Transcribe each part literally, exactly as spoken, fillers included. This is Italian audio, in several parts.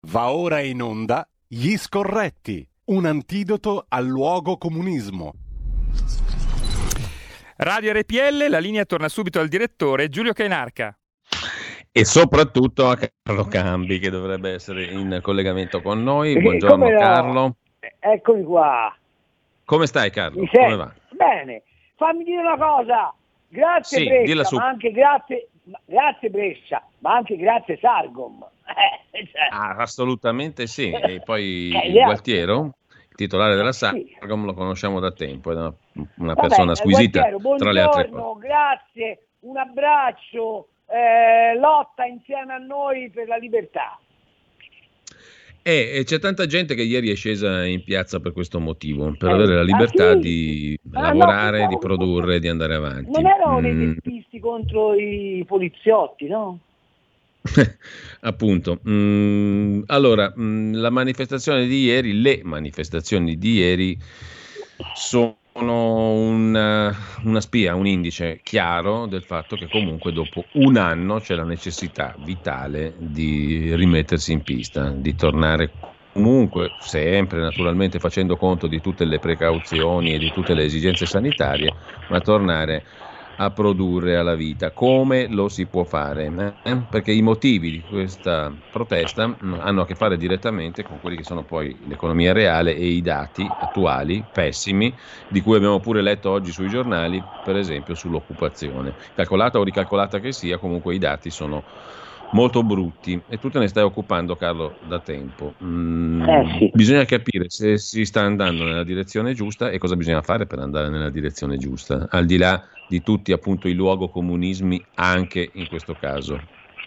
Va ora in onda Gli Scorretti, un antidoto al luogo comunismo. Radio R P L, la linea torna subito al direttore Giulio Cainarca. E soprattutto a Carlo Cambi, che dovrebbe essere in collegamento con noi. Perché, Buongiorno come no? Carlo. Eccomi qua. Come stai Carlo? Mi senti? Come va? Bene. Fammi dire una cosa. Grazie Sì, dilla Brescia, su. ma anche grazie, grazie Brescia, ma anche grazie Sargom. Eh, cioè. Ah, assolutamente sì. E poi Eh, Gualtiero, il titolare della sì. Sargom, lo conosciamo da tempo, è una, una Vabbè, persona squisita, Gualtiero, tra le altre cose. buongiorno, grazie, un abbraccio, eh, lotta insieme a noi per la libertà. E, e c'è tanta gente che ieri è scesa in piazza per questo motivo, per Eh, avere la libertà ah, sì? di Ah, lavorare, no, di no, produrre, di andare avanti. Non erano dei Mm. teppisti contro i poliziotti, no? Appunto. Mm, allora, mm, la manifestazione di ieri, le manifestazioni di ieri sono una, una spia, un indice chiaro del fatto che comunque dopo un anno c'è la necessità vitale di rimettersi in pista, di tornare comunque, sempre naturalmente facendo conto di tutte le precauzioni e di tutte le esigenze sanitarie, ma tornare a produrre alla vita. Come lo si può fare? Eh? Perché i motivi di questa protesta mh, hanno a che fare direttamente con quelli che sono poi l'economia reale e i dati attuali, pessimi, di cui abbiamo pure letto oggi sui giornali, per esempio sull'occupazione. Calcolata o ricalcolata che sia, comunque i dati sono molto brutti e tu te ne stai occupando, Carlo, da tempo. Mm, Eh, sì. Bisogna capire se si sta andando nella direzione giusta e cosa bisogna fare per andare nella direzione giusta, al di là di tutti appunto i luogo comunismi anche in questo caso.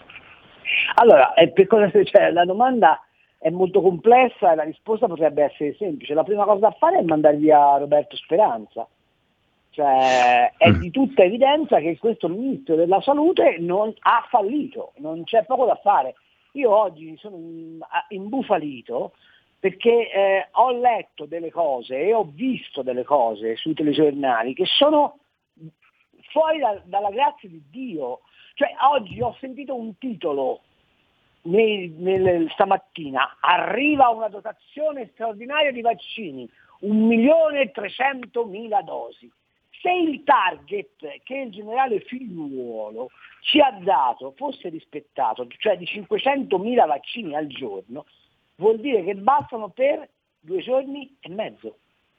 Allora, eh, per cosa, cioè, la domanda è molto complessa e la risposta potrebbe essere semplice. La prima cosa da fare è mandare via Roberto Speranza. Cioè, è Mm. di tutta evidenza che questo ministro della salute non ha fallito, non c'è poco da fare. Io oggi sono imbufalito perché eh, ho letto delle cose e ho visto delle cose sui telegiornali che sono fuori da, dalla grazia di Dio. Cioè, oggi ho sentito un titolo nel, nel, stamattina: arriva una dotazione straordinaria di vaccini, un milione e trecentomila dosi. Se il target che il generale Figliuolo ci ha dato fosse rispettato, cioè di cinquecentomila vaccini al giorno, vuol dire che bastano per due giorni e mezzo.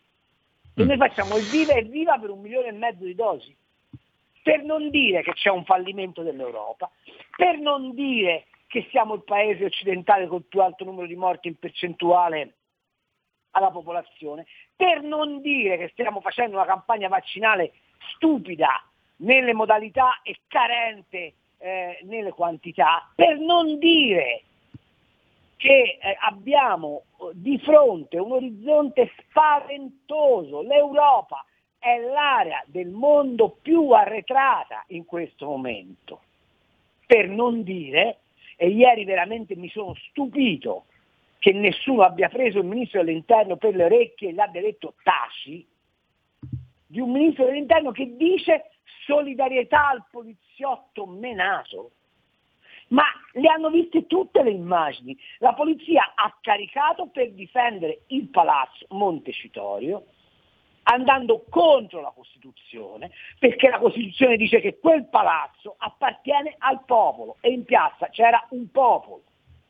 E noi facciamo il viva e viva per un milione e mezzo di dosi. Per non dire che c'è un fallimento dell'Europa, per non dire che siamo il paese occidentale con il più alto numero di morti in percentuale alla popolazione, per non dire che stiamo facendo una campagna vaccinale stupida nelle modalità e carente eh, nelle quantità, per non dire che eh, abbiamo di fronte un orizzonte spaventoso. L'Europa è l'area del mondo più arretrata in questo momento, per non dire, e ieri veramente mi sono stupito che nessuno abbia preso il ministro dell'interno per le orecchie e l'abbia detto taci, di un ministro dell'interno che dice solidarietà al poliziotto menato. Ma le hanno viste tutte le immagini. La polizia ha caricato per difendere il palazzo Montecitorio, andando contro la Costituzione, perché la Costituzione dice che quel palazzo appartiene al popolo e in piazza c'era un popolo.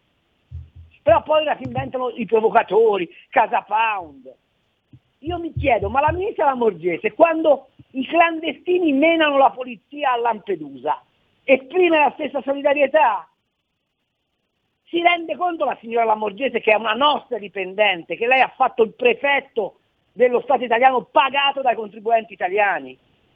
Però poi ora si inventano i provocatori, Casa Pound. Io mi chiedo, ma la ministra Lamorgese, quando i clandestini menano la polizia a Lampedusa, esprime la stessa solidarietà? Si rende conto la signora Lamorgese che è una nostra dipendente, che lei ha fatto il prefetto dello Stato italiano pagato dai contribuenti italiani?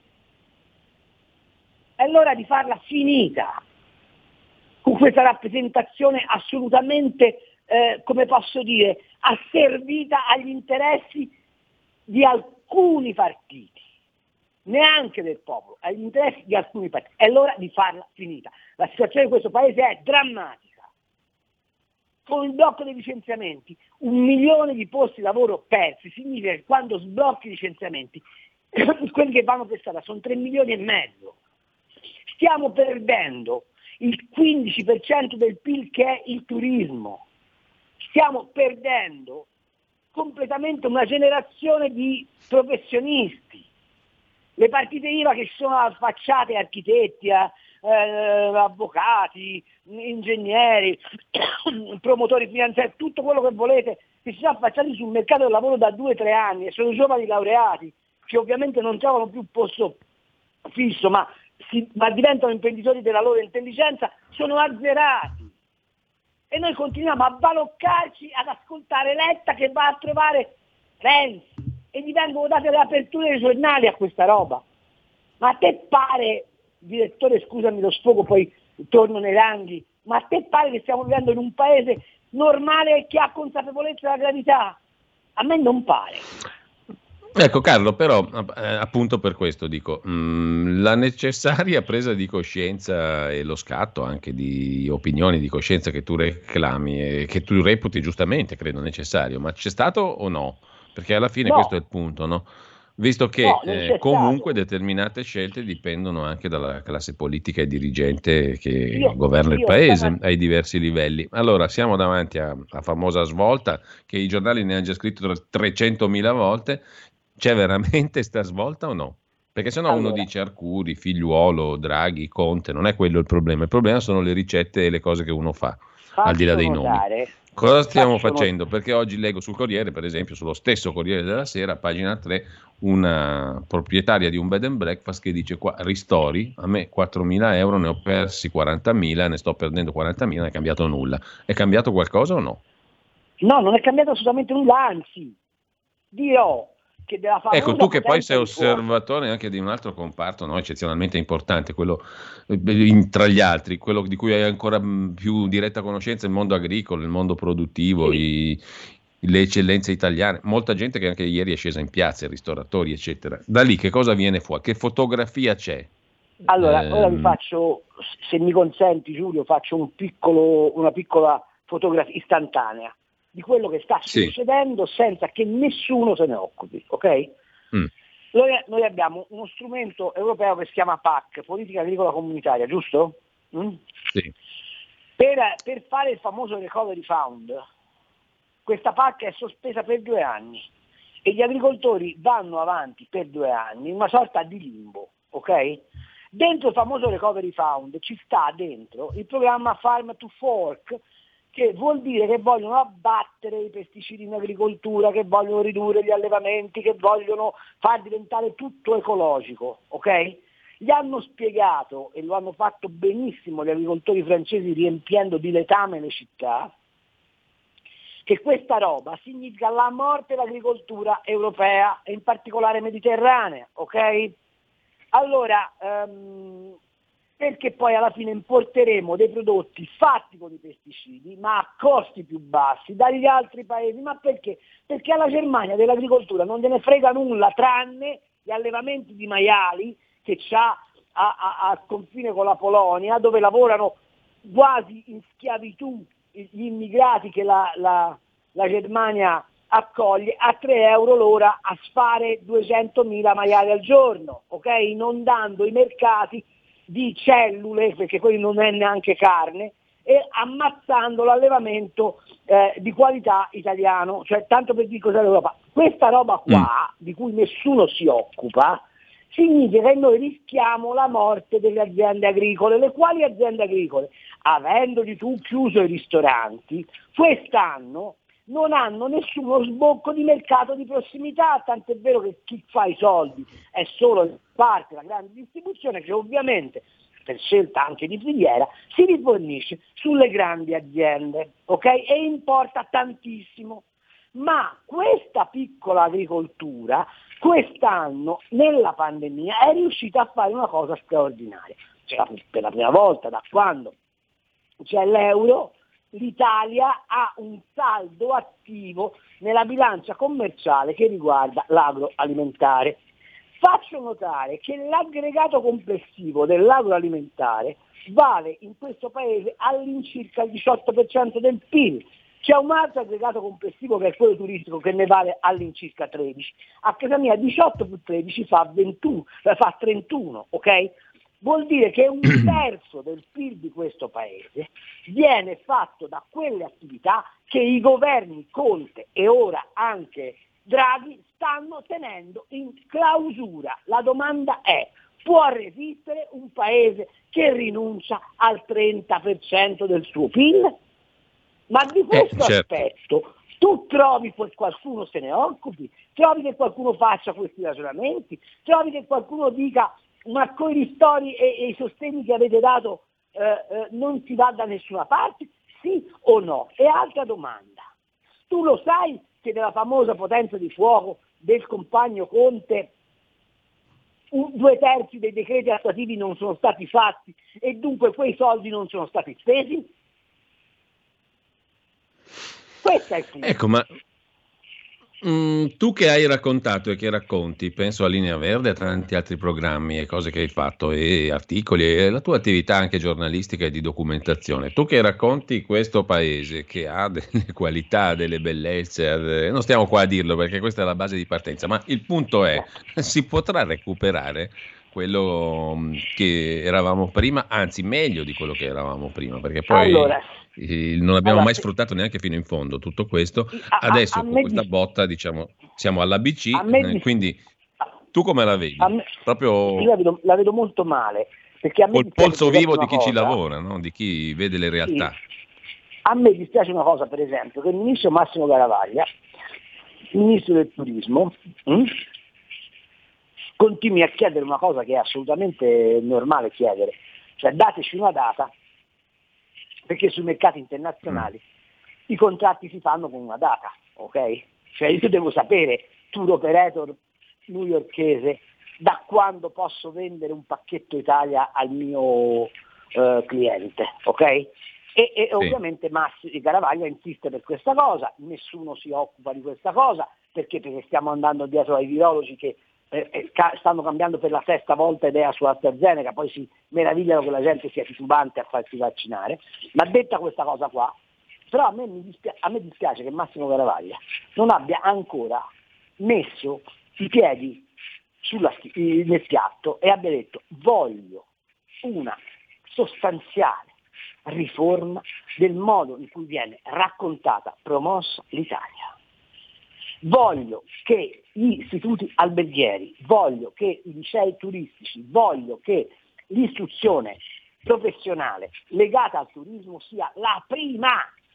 È l'ora di farla finita con questa rappresentazione assolutamente, eh, come posso dire, asservita agli interessi di alcuni partiti, neanche del popolo, agli interessi di alcuni partiti. È l'ora di farla finita. La situazione di questo paese è drammatica. Con il blocco dei licenziamenti, un milione di posti di lavoro persi, significa che quando sblocchi i licenziamenti, quelli che vanno per strada sono tre milioni e mezzo. Stiamo perdendo il quindici per cento del P I L che è il turismo. stiamo perdendo completamente una generazione di professionisti. Le partite I V A che si sono affacciate, architetti, eh, avvocati, ingegneri, promotori finanziari, tutto quello che volete, che si sono affacciati sul mercato del lavoro da due o tre anni e sono giovani laureati che ovviamente non trovano più posto fisso, ma, si, ma diventano imprenditori della loro intelligenza, sono azzerati. E noi continuiamo a baloccarci ad ascoltare Letta che va a trovare Renzi e gli vengono date le aperture dei giornali a questa roba. Ma a te pare, direttore, scusami lo sfogo, poi torno nei ranghi, ma a te pare che stiamo vivendo in un paese normale e che ha consapevolezza della gravità? A me non pare. Ecco Carlo, però eh, appunto per questo dico, mh, la necessaria presa di coscienza e lo scatto anche di opinioni di coscienza che tu reclami e che tu reputi giustamente, credo necessario, ma c'è stato o no? Perché alla fine No. questo è il punto, no? Visto che No, non eh, c'è comunque stato. determinate scelte dipendono anche dalla classe politica e dirigente che Io- governa il io paese stavo- ai diversi livelli. Allora siamo davanti alla famosa svolta che i giornali ne hanno già scritto trecentomila volte. C'è veramente sta svolta o no? Perché sennò uno Allora. dice Arcuri, Figliuolo, Draghi, Conte, non è quello il problema, il problema sono le ricette e le cose che uno fa, al di là Faccio dei nomi. notare, Cosa stiamo faccio not- facendo? Perché oggi leggo sul Corriere, per esempio, sullo stesso Corriere della Sera, pagina tre, una proprietaria di un bed and breakfast che dice qua, ristori, a me quattromila euro, ne ho persi quarantamila, ne sto perdendo quarantamila, non è cambiato nulla. È cambiato qualcosa o no? No, non è cambiato assolutamente nulla, anzi, dirò che della famosa Ecco, tu che poi potenza sei di fuoco- osservatore anche di un altro comparto, no, eccezionalmente importante, quello eh, in- tra gli altri, quello di cui hai ancora mh, più diretta conoscenza, il mondo agricolo, il mondo produttivo, Sì. i- le eccellenze italiane, molta gente che anche ieri è scesa in piazza, i ristoratori, eccetera. Da lì che cosa viene fuori? Che fotografia c'è? Allora, ora vi Ehm, faccio, se mi consenti Giulio, faccio un piccolo, una piccola fotografia istantanea di quello che sta sì. succedendo senza che nessuno se ne occupi, ok? Mm, Noi, noi abbiamo uno strumento europeo che si chiama P A C, Politica Agricola Comunitaria, giusto? Mm? sì. Per, per fare il famoso Recovery Fund, questa P A C è sospesa per due anni e gli agricoltori vanno avanti per due anni in una sorta di limbo, ok? Dentro il famoso Recovery Fund ci sta dentro il programma Farm to Fork, che vuol dire che vogliono abbattere i pesticidi in agricoltura, che vogliono ridurre gli allevamenti, che vogliono far diventare tutto ecologico, ok? Gli hanno spiegato, e lo hanno fatto benissimo gli agricoltori francesi riempiendo di letame le città, che questa roba significa la morte dell'agricoltura europea e in particolare mediterranea, ok? Allora, ehm, perché poi alla fine importeremo dei prodotti fatti con i pesticidi, ma a costi più bassi dagli altri paesi. Ma perché? Perché alla Germania dell'agricoltura non gliene frega nulla, tranne gli allevamenti di maiali che c'ha a, a, a confine con la Polonia, dove lavorano quasi in schiavitù gli immigrati che la, la, la Germania accoglie a tre euro l'ora a sfare duecentomila maiali al giorno, ok? Inondando i mercati di cellule, perché quelli non è neanche carne, e ammazzando l'allevamento eh, di qualità italiano, cioè tanto per dire cos'è l'Europa. Questa roba qua, mm. di cui nessuno si occupa, significa che noi rischiamo la morte delle aziende agricole. Le quali aziende agricole? Avendoli tu chiuso i ristoranti, quest'anno non hanno nessuno sbocco di mercato di prossimità, tant'è vero che chi fa i soldi è solo in parte la grande distribuzione, che ovviamente per scelta anche di filiera si rifornisce sulle grandi aziende, ok? E importa tantissimo. Ma questa piccola agricoltura quest'anno nella pandemia è riuscita a fare una cosa straordinaria, cioè, per la prima volta da quando c'è l'euro l'Italia ha un saldo attivo nella bilancia commerciale che riguarda l'agroalimentare. Faccio notare che l'aggregato complessivo dell'agroalimentare vale in questo paese all'incirca il diciotto per cento del P I L. C'è un altro aggregato complessivo che è quello turistico che ne vale all'incirca tredici. A casa mia diciotto più tredici fa ventuno, fa trentuno, ok? vuol dire che un terzo del P I L di questo paese viene fatto da quelle attività che i governi Conte e ora anche Draghi stanno tenendo in clausura. La domanda è: può resistere un paese che rinuncia al trenta per cento del suo P I L? Ma di questo eh, certo. aspetto tu trovi che qualcuno se ne occupi, trovi che qualcuno faccia questi ragionamenti, trovi che qualcuno dica ma con i ristori e, e i sostegni che avete dato eh, eh, non si va da nessuna parte? Sì o no? E altra domanda, tu lo sai che della famosa potenza di fuoco del compagno Conte un, due terzi dei decreti attuativi non sono stati fatti e dunque quei soldi non sono stati spesi? Questo è il punto. Ecco, ma mm, tu che hai raccontato e che racconti, penso a Linea Verde, a tanti altri programmi e cose che hai fatto e articoli e la tua attività anche giornalistica e di documentazione, tu che racconti questo paese che ha delle qualità, delle bellezze, non stiamo qua a dirlo perché questa è la base di partenza, ma il punto è, si potrà recuperare quello che eravamo prima, anzi meglio di quello che eravamo prima, perché poi allora, eh, non abbiamo allora, mai sfruttato neanche fino in fondo tutto questo. a, Adesso a, a con questa dis- botta, diciamo, siamo all'A B C, dis- eh, quindi tu come la vedi? me, Proprio io la vedo, la vedo molto male, perché a me col dispiace, polso per esempio, vivo di una chi ci cosa, lavora, no? Di chi vede le realtà. Sì. A me dispiace una cosa, per esempio, che il ministro Massimo Garavaglia, il ministro del turismo, hm, continui a chiedere una cosa che è assolutamente normale chiedere, cioè dateci una data, perché sui mercati internazionali mm. i contratti si fanno con una data, ok? Cioè io devo sapere, tour operator newyorkese, da quando posso vendere un pacchetto Italia al mio eh, cliente, ok? E, e sì. Ovviamente Massi Garavaglia insiste per questa cosa, nessuno si occupa di questa cosa, perché, perché stiamo andando dietro ai virologi che eh, ca- stanno cambiando per la sesta volta idea su AstraZeneca, poi si meravigliano che la gente sia titubante a farsi vaccinare. Ma detta questa cosa qua, però a me, mi dispia- a me dispiace che Massimo Garavaglia non abbia ancora messo i piedi sulla, nel piatto e abbia detto: voglio una sostanziale riforma del modo in cui viene raccontata, promossa l'Italia. Voglio che gli istituti alberghieri, voglio che i licei turistici, voglio che l'istruzione professionale legata al turismo sia la prima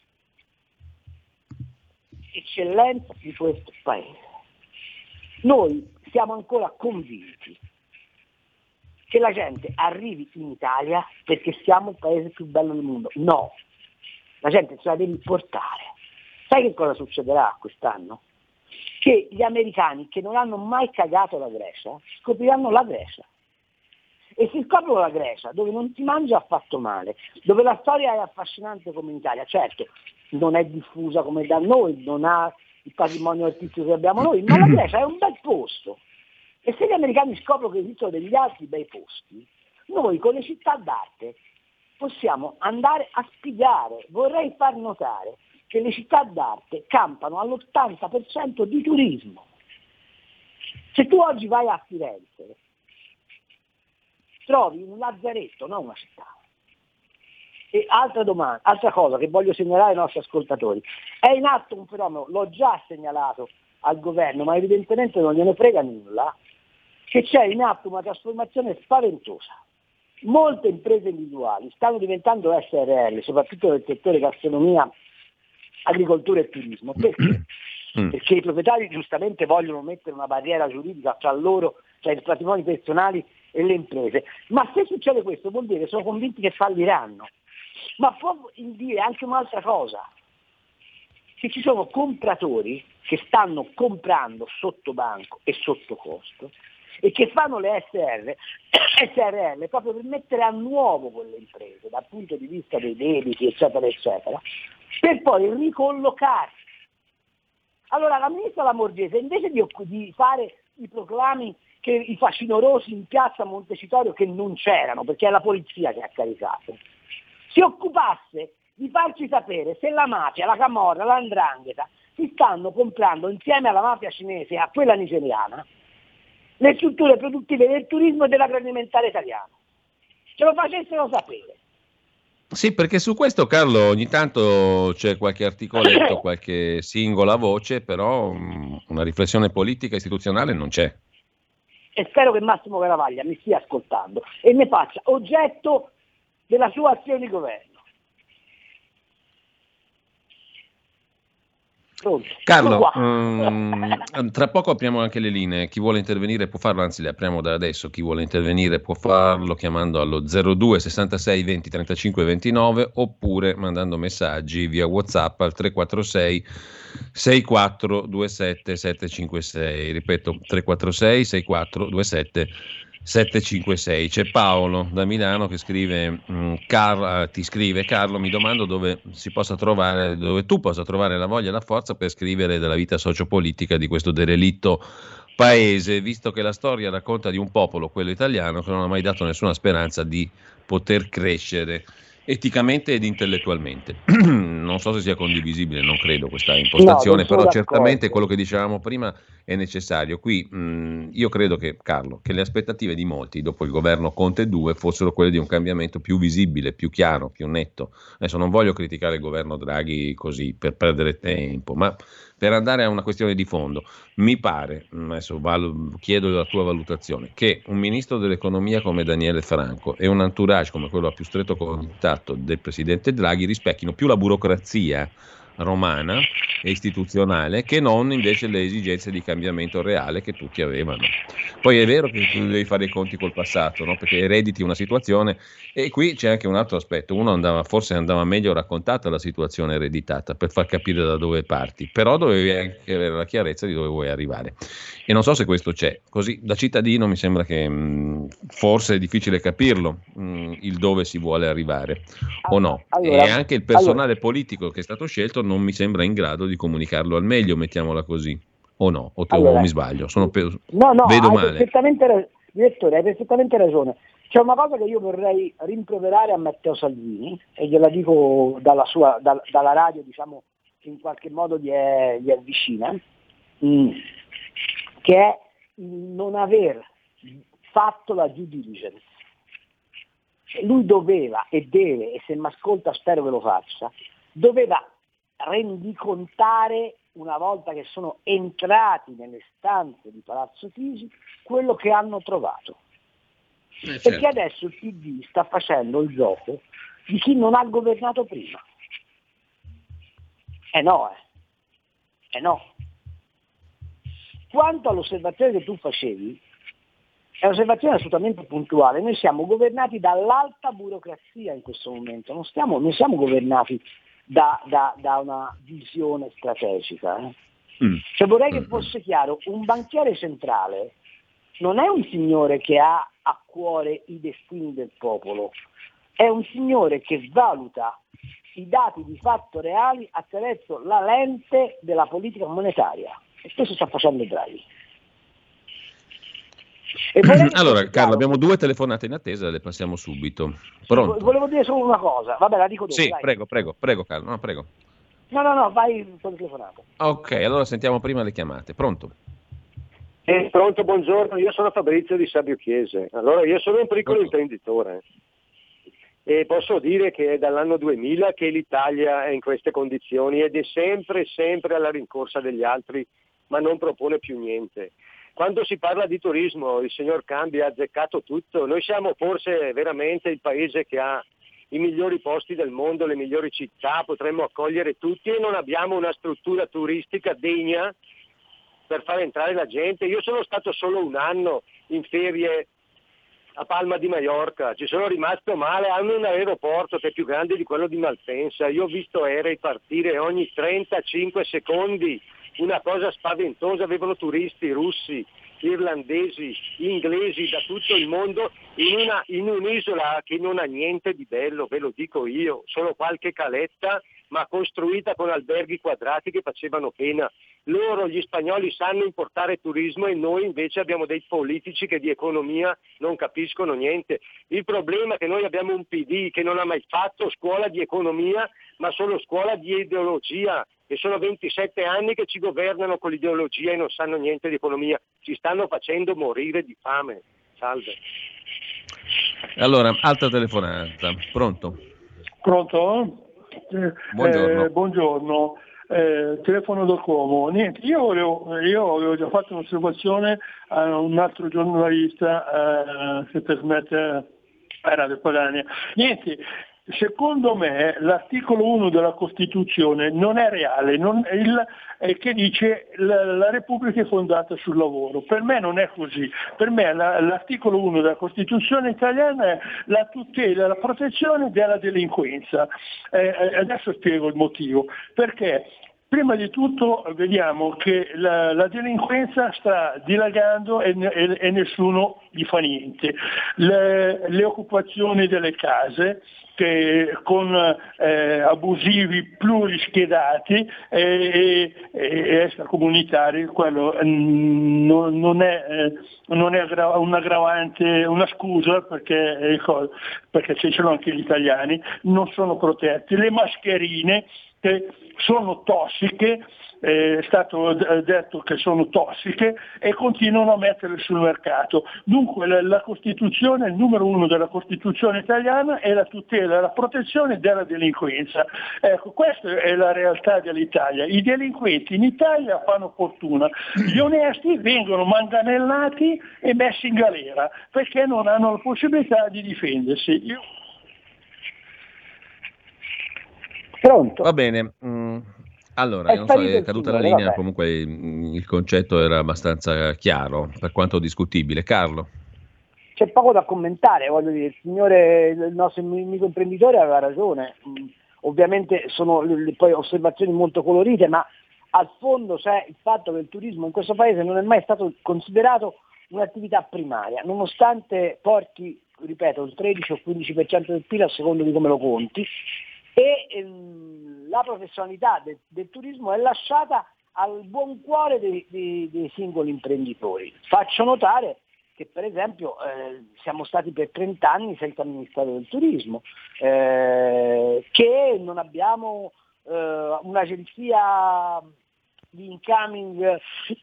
eccellenza di questo paese. Noi siamo ancora convinti che la gente arrivi in Italia perché siamo il paese più bello del mondo. No, la gente se la deve importare. Sai che cosa succederà quest'anno? Che gli americani che non hanno mai cagato la Grecia scopriranno la Grecia. E si scoprono la Grecia, dove non si mangia affatto male, dove la storia è affascinante come in Italia. Certo, non è diffusa come da noi, non ha il patrimonio artistico che abbiamo noi, ma la Grecia è un bel posto. E se gli americani scoprono che esistono degli altri bei posti, noi con le città d'arte possiamo andare a spiegare. Vorrei far notare che le città d'arte campano all'ottanta per cento di turismo. Se tu oggi vai a Firenze, trovi un lazzaretto, non una città. E altra domanda, altra cosa che voglio segnalare ai nostri ascoltatori, è in atto un fenomeno, l'ho già segnalato al governo, ma evidentemente non gliene frega nulla, che c'è in atto una trasformazione spaventosa. Molte imprese individuali stanno diventando S R L, soprattutto nel settore gastronomia, agricoltura e turismo. Perché? Perché i proprietari giustamente vogliono mettere una barriera giuridica tra loro, tra i patrimoni personali e le imprese. Ma se succede questo vuol dire che sono convinti che falliranno. Ma può dire anche un'altra cosa, che ci sono compratori che stanno comprando sotto banco e sotto costo e che fanno le S R, S R L proprio per mettere a nuovo quelle imprese dal punto di vista dei debiti eccetera eccetera, per poi ricollocarsi. Allora la ministra Lamorgese, invece di, di fare i proclami che i facinorosi in piazza Montecitorio, che non c'erano perché è la polizia che ha caricato, si occupasse di farci sapere se la mafia, la camorra, la 'ndrangheta si stanno comprando insieme alla mafia cinese e a quella nigeriana le strutture produttive del turismo e dell'agroalimentare italiano. ce lo facessero sapere. Sì, perché su questo, Carlo, ogni tanto c'è qualche articoletto, qualche singola voce, però mh, una riflessione politica istituzionale non c'è. E spero che Massimo Garavaglia mi stia ascoltando e ne faccia oggetto della sua azione di governo. Pronto. Carlo, um, tra poco apriamo anche le linee, chi vuole intervenire può farlo, anzi le apriamo da adesso, chi vuole intervenire può farlo chiamando allo zero due sessantasei venti trentacinque ventinove oppure mandando messaggi via WhatsApp al tre quattro sei sei quattro due sette sette cinque sei, ripeto tre quattro sei sei quattro due sette sette cinque sei. C'è Paolo da Milano che scrive mh, Car- ti scrive Carlo, mi domando dove si possa trovare, dove tu possa trovare la voglia e la forza per scrivere della vita sociopolitica di questo derelitto paese, visto che la storia racconta di un popolo, quello italiano, che non ha mai dato nessuna speranza di poter crescere eticamente ed intellettualmente. Non so se sia condivisibile, non credo questa impostazione, no, però d'accordo. Certamente quello che dicevamo prima è necessario. Qui mh, io credo che, Carlo, che le aspettative di molti dopo il governo Conte due fossero quelle di un cambiamento più visibile, più chiaro, più netto. Adesso non voglio criticare il governo Draghi così per perdere tempo, ma per andare a una questione di fondo. Mi pare, adesso valu- chiedo la tua valutazione, che un ministro dell'economia come Daniele Franco e un entourage come quello a più stretto contatto del presidente Draghi rispecchino più la burocrazia romana e istituzionale che non invece le esigenze di cambiamento reale che tutti avevano. Poi è vero che tu devi fare i conti col passato, no? Perché erediti una situazione, e qui c'è anche un altro aspetto. Uno andava, forse andava meglio raccontata la situazione ereditata per far capire da dove parti, però dovevi anche avere la chiarezza di dove vuoi arrivare, e non so se questo c'è. Così da cittadino mi sembra che mh, forse è difficile capirlo, mh, il dove si vuole arrivare o no, allora, e anche il personale allora, politico che è stato scelto non mi sembra in grado di comunicarlo al meglio, mettiamola così, o no, o, te, allora, o mi sbaglio, sono pe- no, no, vedo hai male. perfettamente ra- direttore, hai perfettamente ragione. C'è una cosa che io vorrei rimproverare a Matteo Salvini, e gliela dico dalla, sua, da, dalla radio, diciamo, che in qualche modo gli è, gli è vicina, mh, che è il non aver fatto la due diligence. Lui doveva e deve, e se mi ascolta spero che lo faccia, doveva rendicontare, una volta che sono entrati nelle stanze di Palazzo Chigi, quello che hanno trovato. Eh, certo. Perché adesso il P D sta facendo il gioco di chi non ha governato prima. Eh no, eh. Eh no. Quanto all'osservazione che tu facevi, è un'osservazione assolutamente puntuale. Noi siamo governati dall'alta burocrazia in questo momento, non, stiamo, non siamo governati da, da, da una visione strategica. Eh. Mm. Cioè, vorrei che Mm. fosse chiaro, un banchiere centrale non è un signore che ha a cuore i destini del popolo, è un signore che valuta i dati di fatto reali attraverso la lente della politica monetaria. E questo sta facendo Draghi. E allora, Carlo, abbiamo due telefonate in attesa, le passiamo subito. Pronto? Sì, volevo dire solo una cosa, vabbè, la dico dopo. Sì, dai. prego, prego, prego, Carlo, no, prego. No, no, no, vai con il telefonato. Ok, allora sentiamo prima le chiamate. Pronto? Eh, pronto, buongiorno, io sono Fabrizio di Sabio Chiese. Allora, io sono un piccolo Pronto. imprenditore e posso dire che è dall'anno duemila che l'Italia è in queste condizioni ed è sempre, sempre alla rincorsa degli altri, ma non propone più niente. Quando si parla di turismo, il signor Cambi ha azzeccato tutto. Noi siamo forse veramente il paese che ha i migliori posti del mondo, le migliori città, potremmo accogliere tutti e non abbiamo una struttura turistica degna per far entrare la gente. Io sono stato solo un anno in ferie a Palma di Maiorca, ci sono rimasto male, hanno un aeroporto che è più grande di quello di Malpensa, io ho visto aerei partire ogni trentacinque secondi, una cosa spaventosa, avevano turisti russi, irlandesi, inglesi da tutto il mondo in, una, in un'isola che non ha niente di bello, ve lo dico io, solo qualche caletta ma costruita con alberghi quadrati che facevano pena. Loro, gli spagnoli, sanno importare turismo e noi invece abbiamo dei politici che di economia non capiscono niente. Il problema è che noi abbiamo un P D che non ha mai fatto scuola di economia ma solo scuola di ideologia, e sono ventisette anni che ci governano con l'ideologia e non sanno niente di economia, ci stanno facendo morire di fame. Salve. Allora, altra telefonata, pronto? Pronto? Eh, Buongiorno. Eh, buongiorno. Eh, telefono da Como. Niente, io avevo, io avevo già fatto un'osservazione a un altro giornalista, eh, se permette, a Radio Padania. Niente, secondo me l'articolo uno della Costituzione non è reale, non è il, è che dice la, la Repubblica è fondata sul lavoro. Per me non è così. Per me la, l'articolo uno della Costituzione italiana è la tutela, la protezione della delinquenza. Eh, adesso spiego il motivo. Perché? Prima di tutto vediamo che la, la delinquenza sta dilagando e, e, e nessuno gli fa niente. Le, le occupazioni delle case che, con eh, abusivi plurischedati e, e, e extracomunitari, quello mm, non, non è, eh, non è aggra- un aggravante, una scusa perché, eh, perché ce l'hanno anche gli italiani, non sono protetti. Le mascherine che sono tossiche, eh, è stato d- detto che sono tossiche e continuano a metterle sul mercato. Dunque la, la Costituzione, il numero uno della Costituzione italiana è la tutela e la protezione della delinquenza. Ecco, questa è la realtà dell'Italia. I delinquenti in Italia fanno fortuna, gli onesti vengono manganellati e messi in galera perché non hanno la possibilità di difendersi. Io... Pronto? Va bene, mm, allora, È non so, sparito è il caduta la signore, linea, vabbè. comunque mm, il concetto era abbastanza chiaro, per quanto discutibile. Carlo? C'è poco da commentare, voglio dire, il signore, il nostro amico imprenditore aveva ragione. Mm, ovviamente sono le, le, poi osservazioni molto colorite, ma al fondo c'è il fatto che il turismo in questo paese non è mai stato considerato un'attività primaria, nonostante porti, ripeto, il tredici o quindici per cento del P I L a secondo di come lo conti, e ehm, la professionalità de, del turismo è lasciata al buon cuore dei, dei, dei singoli imprenditori. Faccio notare che per esempio eh, siamo stati per trenta anni senza Ministero del Turismo, eh, che non abbiamo eh, un'agenzia di incoming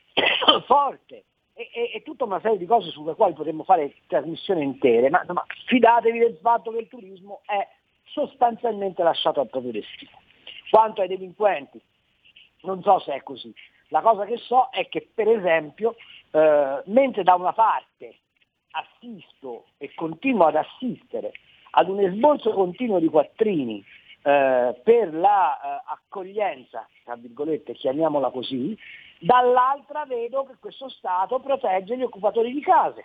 forte e, e, e tutta una serie di cose sulle quali potremmo fare trasmissioni intere, ma insomma, fidatevi del fatto che il turismo è sostanzialmente lasciato al proprio destino. Quanto ai delinquenti, non so se è così. La cosa che so è che, per esempio, eh, mentre da una parte assisto e continuo ad assistere ad un esborso continuo di quattrini eh, per la eh, accoglienza, tra virgolette, chiamiamola così, dall'altra vedo che questo Stato protegge gli occupatori di case.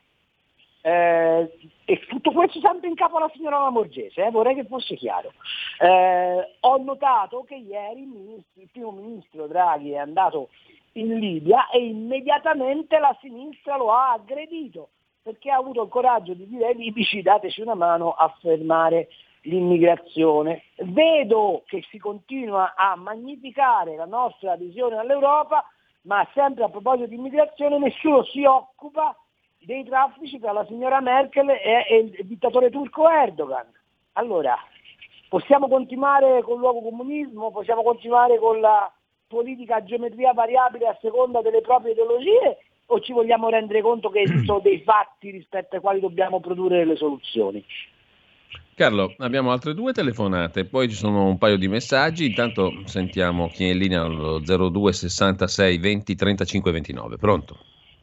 Eh, e tutto questo sempre in capo alla signora Lamorgese, eh, vorrei che fosse chiaro. Eh, ho notato che ieri il, ministro, il primo ministro Draghi è andato in Libia e immediatamente la sinistra lo ha aggredito perché ha avuto il coraggio di dire ai libici: dateci una mano a fermare l'immigrazione. Vedo che si continua a magnificare la nostra adesione all'Europa, ma sempre a proposito di immigrazione nessuno si occupa dei traffici tra la signora Merkel e, e il dittatore turco Erdogan. Allora, possiamo continuare con il nuovo comunismo, possiamo continuare con la politica a geometria variabile a seconda delle proprie ideologie, o ci vogliamo rendere conto che sono dei fatti rispetto ai quali dobbiamo produrre delle soluzioni? Carlo, abbiamo altre due telefonate, poi ci sono un paio di messaggi. Intanto sentiamo chi è in linea allo zero due sessantasei venti trentacinque ventinove. Pronto?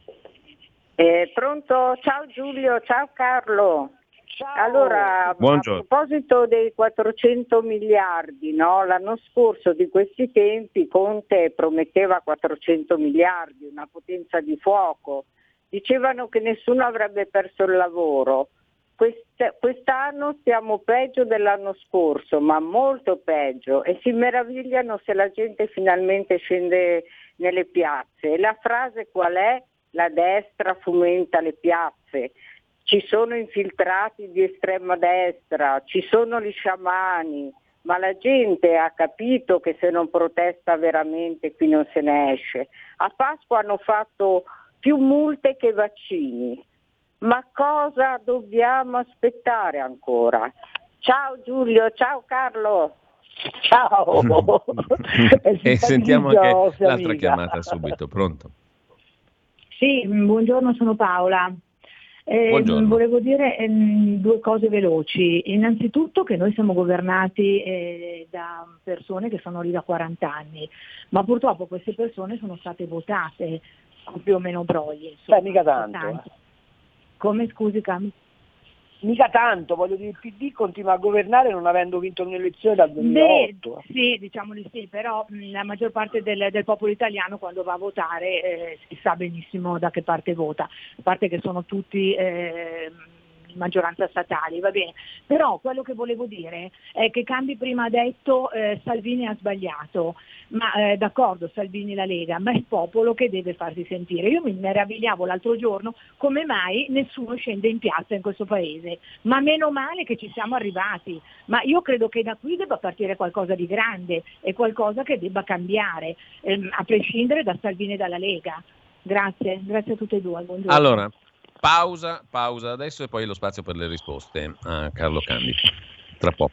Eh, pronto? Ciao Giulio, ciao Carlo. Ciao. Allora, Buongiorno. a proposito dei quattrocento miliardi, no? L'anno scorso di questi tempi Conte prometteva quattrocento miliardi, una potenza di fuoco. Dicevano che nessuno avrebbe perso il lavoro. Quest- quest'anno stiamo peggio dell'anno scorso, ma molto peggio, e si meravigliano se la gente finalmente scende nelle piazze. E la frase qual è? La destra fomenta le piazze. Ci sono infiltrati di estrema destra, ci sono gli sciamani, ma la gente ha capito che se non protesta veramente qui non se ne esce. A Pasqua hanno fatto più multe che vaccini. Ma cosa dobbiamo aspettare ancora? Ciao Giulio, ciao Carlo. Ciao. E sentiamo anche l'altra amica. chiamata subito. Pronto? Sì, buongiorno, sono Paola. Eh, volevo dire ehm, due cose veloci. Innanzitutto che noi siamo governati eh, da persone che sono lì da quaranta anni, ma purtroppo queste persone sono state votate con più o meno brogli. Beh, mica tanto. Eh. Come, scusi Cami? Mica tanto, voglio dire, il P D continua a governare non avendo vinto un'elezione dal duemilaotto. Beh, sì, diciamo di sì, però mh, la maggior parte del, del popolo italiano quando va a votare eh, si sa benissimo da che parte vota, a parte che sono tutti eh, maggioranza statali, va bene. Però quello che volevo dire è che Cambi prima ha detto eh, Salvini ha sbagliato, ma eh, d'accordo Salvini la Lega, ma è il popolo che deve farsi sentire. Io mi meravigliavo l'altro giorno come mai nessuno scende in piazza in questo paese, ma meno male che ci siamo arrivati, ma io credo che da qui debba partire qualcosa di grande e qualcosa che debba cambiare, ehm, a prescindere da Salvini e dalla Lega. Grazie, grazie a tutte e due. Buongiorno. Allora, pausa, pausa adesso e poi lo spazio per le risposte a Carlo Cambi. Tra poco.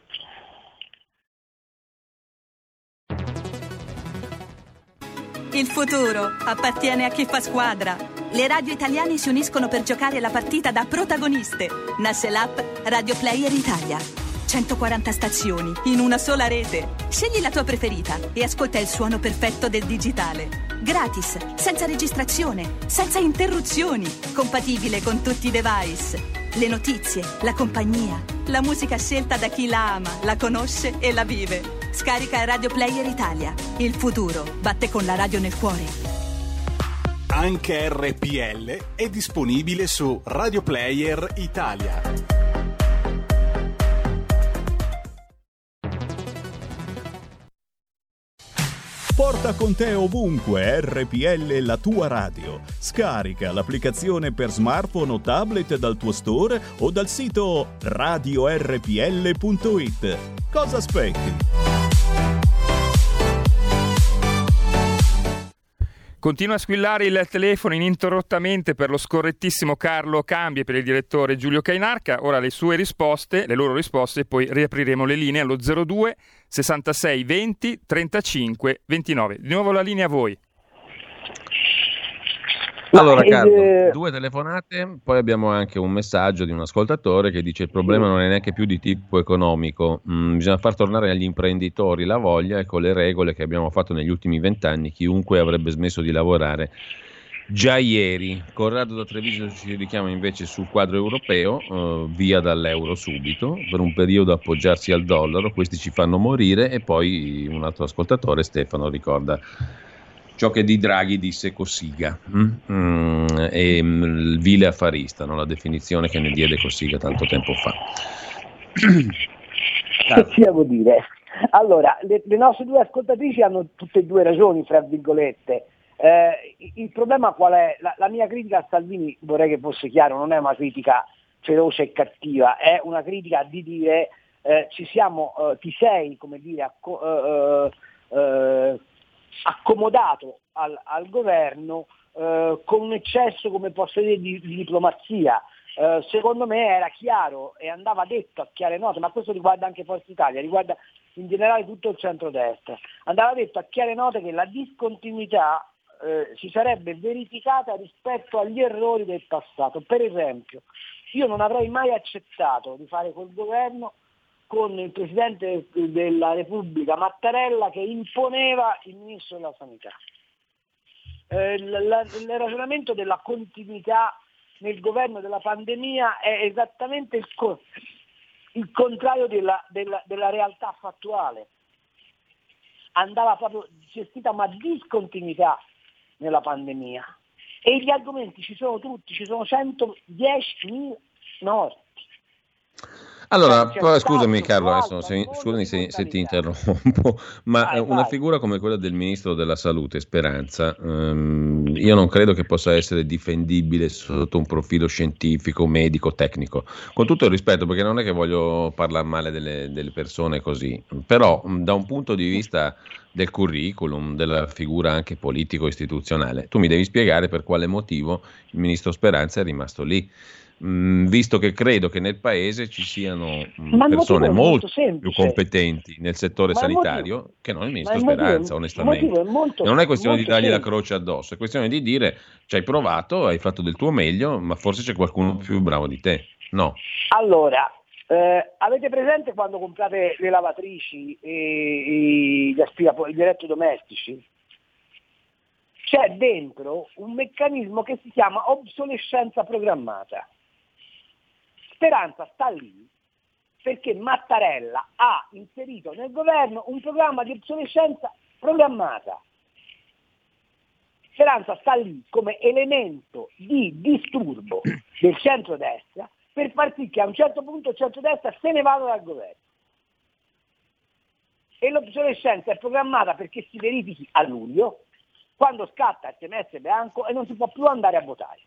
Il futuro appartiene a chi fa squadra. Le radio italiane si uniscono per giocare la partita da protagoniste. Nasce l'app Radio Player Italia. centoquaranta stazioni in una sola rete. Scegli la tua preferita e ascolta il suono perfetto del digitale. Gratis, senza registrazione, senza interruzioni, compatibile con tutti i device. Le notizie, la compagnia, la musica scelta da chi la ama, la conosce e la vive. Scarica Radio Player Italia. Il futuro batte con la radio nel cuore. Anche R P L è disponibile su Radio Player Italia. Porta con te ovunque R P L, la tua radio. Scarica l'applicazione per smartphone o tablet dal tuo store o dal sito radio r p l punto i t. Cosa aspetti? Continua a squillare il telefono ininterrottamente per lo scorrettissimo Carlo Cambi e per il direttore Giulio Cainarca. Ora le sue risposte, le loro risposte, e poi riapriremo le linee allo zero due sessantasei venti trentacinque ventinove. Di nuovo la linea a voi. Allora Carlo, due telefonate, poi abbiamo anche un messaggio di un ascoltatore che dice il problema non è neanche più di tipo economico, mm, bisogna far tornare agli imprenditori la voglia e con le regole che abbiamo fatto negli ultimi vent'anni chiunque avrebbe smesso di lavorare già ieri. Corrado da Treviso ci richiama invece sul quadro europeo, eh, via dall'euro subito, per un periodo appoggiarsi al dollaro, questi ci fanno morire. E poi un altro ascoltatore, Stefano, ricorda ciò che di Draghi disse Cossiga, mm? Mm, e mm, il vile affarista, no? La definizione che ne diede Cossiga tanto tempo fa. Che ci devo dire? Allora, le, le nostre due ascoltatrici hanno tutte e due ragioni, fra virgolette. Eh, il problema qual è? La, la mia critica a Salvini, vorrei che fosse chiaro, non è una critica feroce e cattiva, è una critica di dire eh, ci siamo, eh, ti sei, come dire, acco, eh, eh, accomodato al, al governo eh, con un eccesso, come posso dire, di, di diplomazia. Eh, secondo me era chiaro e andava detto a chiare note, ma questo riguarda anche Forza Italia, riguarda in generale tutto il centrodestra, andava detto a chiare note che la discontinuità eh, si sarebbe verificata rispetto agli errori del passato. Per esempio, io non avrei mai accettato di fare quel governo con il Presidente della Repubblica Mattarella che imponeva il Ministro della Sanità. Eh, il, la, il ragionamento della continuità nel governo della pandemia è esattamente il, co- il contrario della, della, della realtà fattuale. Andava proprio gestita una discontinuità nella pandemia. E gli argomenti ci sono tutti, ci sono centodiecimila morti. Allora, poi, scusami Carlo, adesso se, scusami se, se ti interrompo, ma vai, una vai. figura come quella del Ministro della Salute, Speranza, um, io non credo che possa essere difendibile sotto un profilo scientifico, medico, tecnico, con tutto il rispetto, perché non è che voglio parlare male delle, delle persone così, però da un punto di vista del curriculum, della figura anche politico-istituzionale, tu mi devi spiegare per quale motivo il Ministro Speranza è rimasto lì. mh, visto che credo che nel paese ci siano mh, Ma il persone motivo è molto, molto più semplice. competenti nel settore Ma il sanitario motivo- che non il Ma ministro il motivo, Speranza, il onestamente. motivo è molto, E non è questione di molto dargli la semplice. croce addosso, è questione di dire ci hai provato, hai fatto del tuo meglio, ma forse c'è qualcuno più bravo di te. No. Allora, eh, avete presente quando comprate le lavatrici e gli aspirapolvere, gli elettrodomestici? C'è dentro un meccanismo che si chiama obsolescenza programmata. Speranza sta lì perché Mattarella ha inserito nel governo un programma di obsolescenza programmata. Speranza sta lì come elemento di disturbo del centrodestra per far sì che a un certo punto il centrodestra se ne vada dal governo. E l'obsolescenza è programmata perché si verifichi a luglio, quando scatta il semestre bianco e non si può più andare a votare.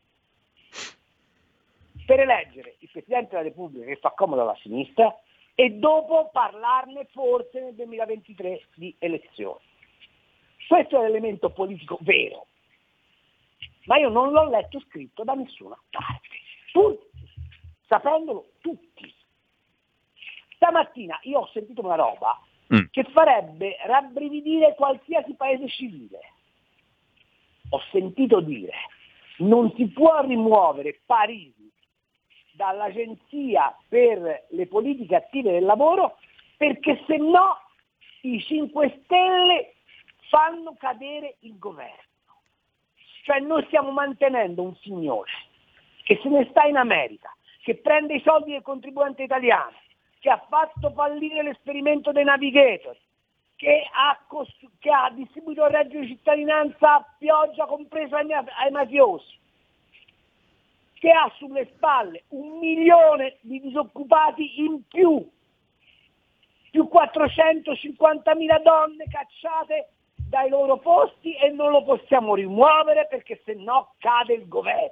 Per eleggere il Presidente della Repubblica che fa comodo alla sinistra e dopo parlarne forse nel duemilaventitré di elezioni. Questo è l'elemento politico vero, ma io non l'ho letto scritto da nessuna parte, pur sapendolo tutti. Stamattina io ho sentito una roba mm. che farebbe rabbrividire qualsiasi paese civile. Ho sentito dire non si può rimuovere Parisi dall'Agenzia per le politiche attive del lavoro perché se no i cinque Stelle fanno cadere il governo. Cioè noi stiamo mantenendo un signore che se ne sta in America, che prende i soldi del contribuente italiano, che ha fatto fallire l'esperimento dei navigator, che ha, costru- che ha distribuito il reddito di cittadinanza a pioggia compreso ai, ai mafiosi, che ha sulle spalle un milione di disoccupati in più, più quattrocentocinquantamila donne cacciate dai loro posti e non lo possiamo rimuovere perché se no cade il governo.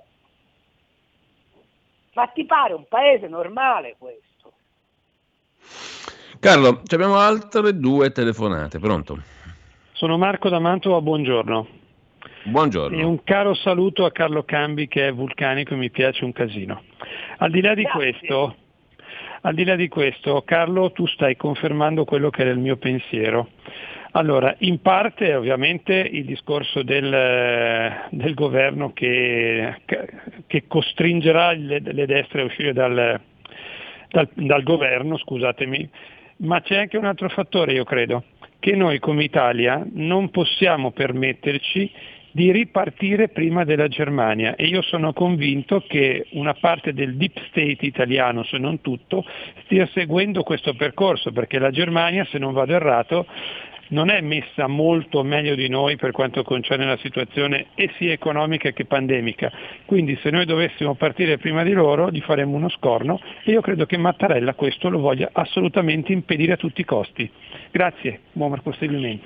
Ma ti pare un paese normale questo? Carlo, abbiamo altre due telefonate, pronto? Sono Marco da Mantova, buongiorno. Buongiorno. E un caro saluto a Carlo Cambi che è vulcanico e mi piace un casino. Al di là di Grazie. questo, al di là di questo, Carlo, tu stai confermando quello che era il mio pensiero. Allora, in parte ovviamente il discorso del, del governo che, che costringerà le, le destre a uscire dal, dal, dal governo, scusatemi, ma c'è anche un altro fattore, io credo, che noi come Italia non possiamo permetterci di ripartire prima della Germania e io sono convinto che una parte del deep state italiano, se non tutto, stia seguendo questo percorso, perché la Germania, se non vado errato, non è messa molto meglio di noi per quanto concerne la situazione e sia economica che pandemica. Quindi se noi dovessimo partire prima di loro gli faremmo uno scorno e io credo che Mattarella questo lo voglia assolutamente impedire a tutti i costi. Grazie, buon proseguimento.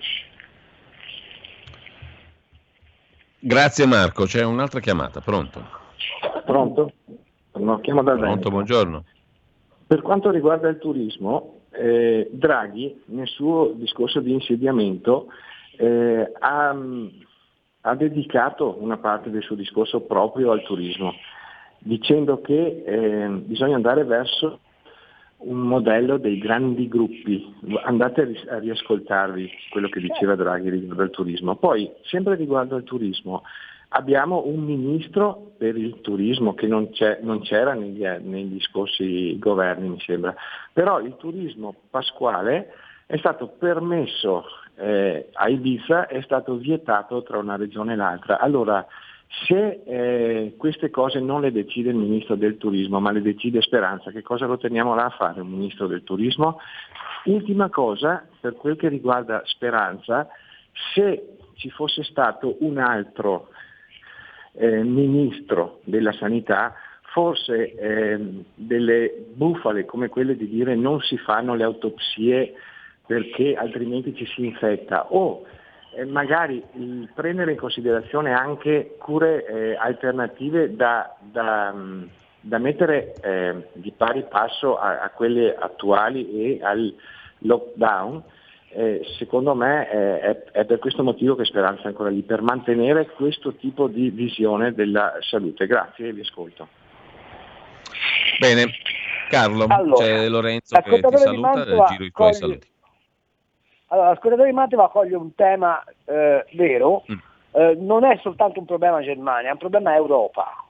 Grazie Marco, c'è un'altra chiamata, pronto? Pronto? No, chiamo dal Pronto, Veneto. buongiorno. Per quanto riguarda il turismo, eh, Draghi nel suo discorso di insediamento eh, ha, ha dedicato una parte del suo discorso proprio al turismo, dicendo che eh, bisogna andare verso un modello dei grandi gruppi. Andate a, ris- a riascoltarvi quello che diceva Draghi riguardo al turismo. Poi, sempre riguardo al turismo, abbiamo un ministro per il turismo che non, c'è, non c'era negli, negli scorsi governi, mi sembra, però il turismo pasquale è stato permesso eh, a Ibiza, è stato vietato tra una regione e l'altra. Allora, se eh, queste cose non le decide il ministro del turismo, ma le decide Speranza, che cosa lo teniamo là a fare un ministro del turismo? Ultima cosa, per quel che riguarda Speranza, se ci fosse stato un altro eh, ministro della sanità, forse eh, delle bufale come quelle di dire non si fanno le autopsie perché altrimenti ci si infetta, o Eh, magari il prendere in considerazione anche cure eh, alternative da, da, da mettere eh, di pari passo a, a quelle attuali e al lockdown, eh, secondo me eh, è, è per questo motivo che Speranza è ancora lì, per mantenere questo tipo di visione della salute. Grazie e vi ascolto. Bene, Carlo, allora, c'è Lorenzo che ti saluta, giro i tuoi coglie... saluti. Allora, l'ascoltatore di Mantova coglie un tema eh, vero, mm. eh, non è soltanto un problema Germania, è un problema Europa.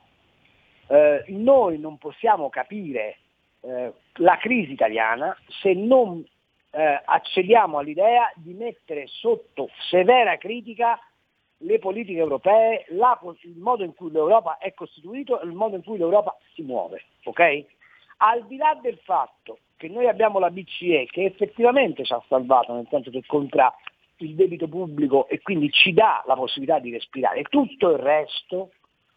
Eh, noi non possiamo capire eh, la crisi italiana se non eh, accediamo all'idea di mettere sotto severa critica le politiche europee, la, il modo in cui l'Europa è costituito e il modo in cui l'Europa si muove, ok? Al di là del fatto che noi abbiamo la B C E che effettivamente ci ha salvato, nel senso che contra il debito pubblico e quindi ci dà la possibilità di respirare, tutto il resto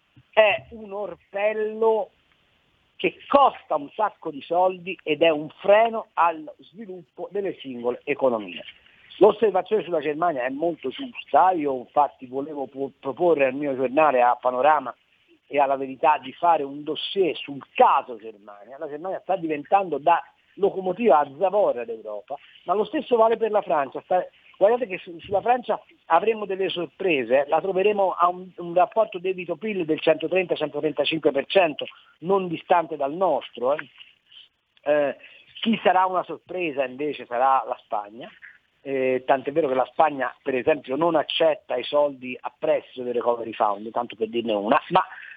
è un orpello che costa un sacco di soldi ed è un freno al sviluppo delle singole economie. L'osservazione sulla Germania è molto giusta, io infatti volevo proporre al mio giornale, a Panorama e alla Verità, di fare un dossier sul caso Germania. La Germania sta diventando da locomotiva a zavorra d'Europa, ma lo stesso vale per la Francia. Sta, guardate che su, sulla Francia avremo delle sorprese, la troveremo a un, un rapporto debito-P I L del centotrenta centotrentacinque per cento, non distante dal nostro. Eh. Eh, chi sarà una sorpresa invece sarà la Spagna. Eh, tant'è vero che la Spagna per esempio non accetta i soldi a prestito del Recovery Fund, tanto per dirne una, ma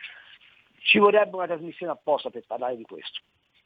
ci vorrebbe una trasmissione apposta per parlare di questo.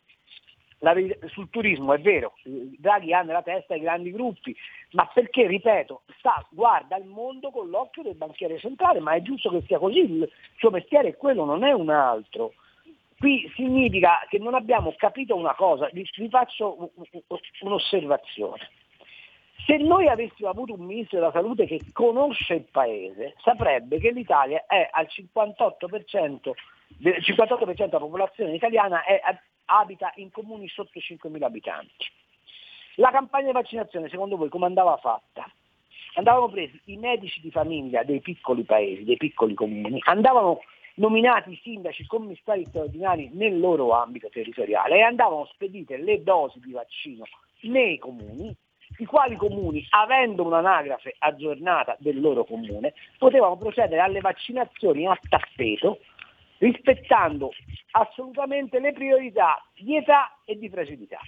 La, sul turismo è vero, Draghi ha nella testa i grandi gruppi, ma perché, ripeto, sta, guarda il mondo con l'occhio del banchiere centrale, ma è giusto che sia così, il suo mestiere è quello, non è un altro. Qui significa che non abbiamo capito una cosa, vi, vi faccio un'osservazione. Se noi avessimo avuto un ministro della salute che conosce il paese, saprebbe che l'Italia è al cinquantotto per cento, il cinquantotto per cento della popolazione italiana è, abita in comuni sotto i cinquemila abitanti. La campagna di vaccinazione, secondo voi, come andava fatta? Andavano presi i medici di famiglia dei piccoli paesi, dei piccoli comuni, andavano nominati i sindaci commissari straordinari nel loro ambito territoriale e andavano spedite le dosi di vaccino nei comuni, i quali comuni, avendo un'anagrafe aggiornata del loro comune, potevano procedere alle vaccinazioni a tappeto, rispettando assolutamente le priorità di età e di fragilità.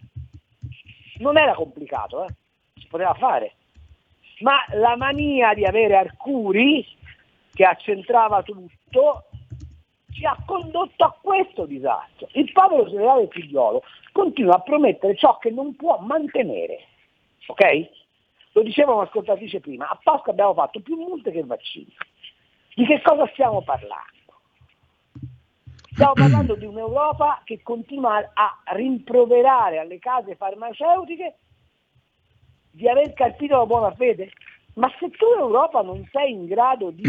Non era complicato, eh? Si poteva fare, ma la mania di avere Arcuri, che accentrava tutto, ci ha condotto a questo disastro. Il povero generale Figliuolo continua a promettere ciò che non può mantenere. Ok? Lo diceva un'ascoltatrice prima, a Pasqua abbiamo fatto più multe che vaccini. Di che cosa stiamo parlando? Stiamo parlando di un'Europa che continua a rimproverare alle case farmaceutiche di aver carpito la buona fede. Ma se tu Europa non sei in grado di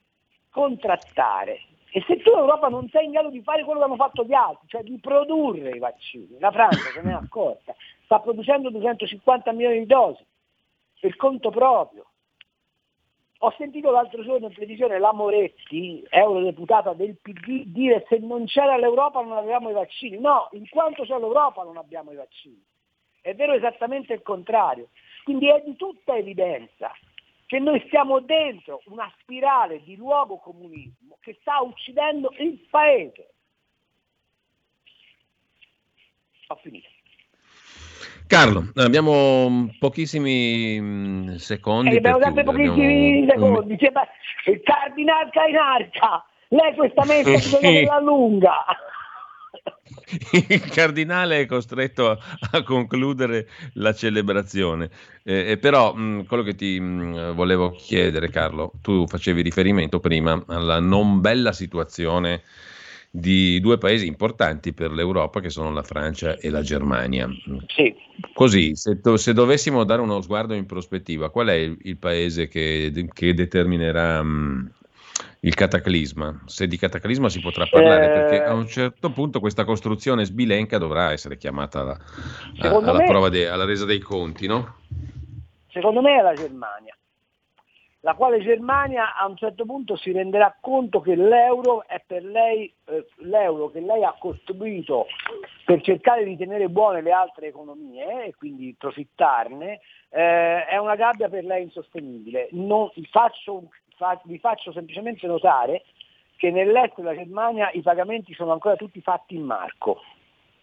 contrattare e se tu Europa non sei in grado di fare quello che hanno fatto gli altri, cioè di produrre i vaccini, la Francia se ne è accorta, sta producendo duecentocinquanta milioni di dosi per conto proprio. Ho sentito l'altro giorno in televisione la Moretti, eurodeputata del P D, dire se non c'era l'Europa non avevamo i vaccini. No, in quanto c'è l'Europa non abbiamo i vaccini. È vero esattamente il contrario. Quindi è di tutta evidenza che noi stiamo dentro una spirale di luogo comunismo che sta uccidendo il paese. Ho finito. Carlo, abbiamo pochissimi secondi. E abbiamo sempre pochissimi abbiamo... secondi. C'è... Il Cardinal Cainarca, lei questa messa della lunga. Il cardinale è costretto a, a concludere la celebrazione. Eh, però mh, quello che ti mh, volevo chiedere, Carlo, tu facevi riferimento prima alla non bella situazione di due paesi importanti per l'Europa che sono la Francia e la Germania. Sì. Così, se, se dovessimo dare uno sguardo in prospettiva, qual è il, il paese che, che determinerà mh, il cataclisma? Se di cataclisma si potrà parlare, eh... perché a un certo punto questa costruzione sbilenca dovrà essere chiamata alla, a, alla me, prova de, alla resa dei conti, no? Secondo me è la Germania, la quale Germania a un certo punto si renderà conto che l'euro è per lei, eh, l'euro che lei ha costruito per cercare di tenere buone le altre economie e quindi profittarne, eh, è una gabbia per lei insostenibile. Non, faccio, fa, vi faccio semplicemente notare che nell'est della Germania i pagamenti sono ancora tutti fatti in marco,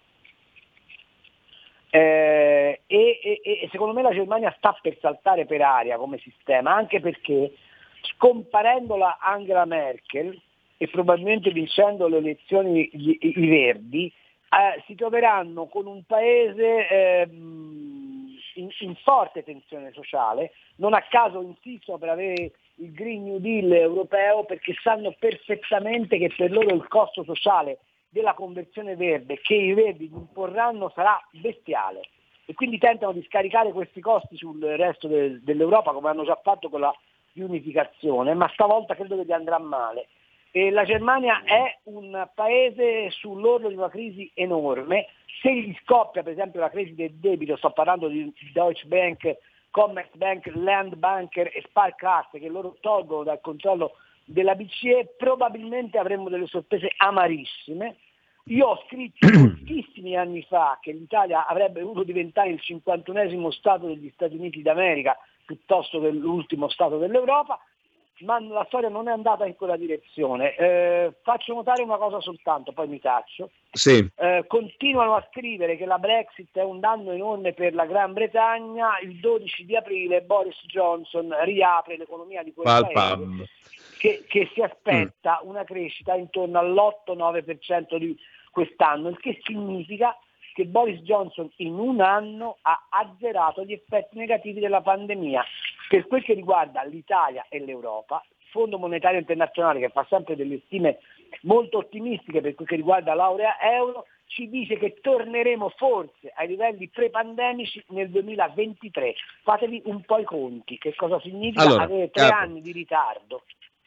Eh, e, e, e secondo me la Germania sta per saltare per aria come sistema, anche perché scomparendola Angela Merkel e probabilmente vincendo le elezioni gli, i, i Verdi, eh, si troveranno con un paese eh, in, in forte tensione sociale. Non a caso insistono per avere il Green New Deal europeo, perché sanno perfettamente che per loro il costo sociale della conversione verde che i Verdi imporranno sarà bestiale, e quindi tentano di scaricare questi costi sul resto de- dell'Europa, come hanno già fatto con la riunificazione, ma stavolta credo che gli andrà male. E la Germania è un paese sull'orlo di una crisi enorme. Se gli scoppia per esempio la crisi del debito, sto parlando di Deutsche Bank, Commerzbank, Landbanker e Sparkasse, che loro tolgono dal controllo della B C E, probabilmente avremo delle sorprese amarissime. Io ho scritto moltissimi anni fa che l'Italia avrebbe dovuto diventare il cinquantunesimo Stato degli Stati Uniti d'America piuttosto che l'ultimo Stato dell'Europa, ma la storia non è andata in quella direzione. Eh, faccio notare una cosa soltanto, poi mi taccio. Sì. Eh, continuano a scrivere che la Brexit è un danno enorme per la Gran Bretagna. Il dodici di aprile Boris Johnson riapre l'economia di quel Pal paese pam. che, che si aspetta mm. una crescita intorno all'otto nove per cento di quest'anno, il che significa che Boris Johnson in un anno ha azzerato gli effetti negativi della pandemia. Per quel che riguarda l'Italia e l'Europa, il Fondo Monetario Internazionale, che fa sempre delle stime molto ottimistiche per quel che riguarda l'area euro, ci dice che torneremo forse ai livelli pre-pandemici nel duemilaventitré. Fatevi un po' i conti, che cosa significa allora, avere tre capo. anni di ritardo.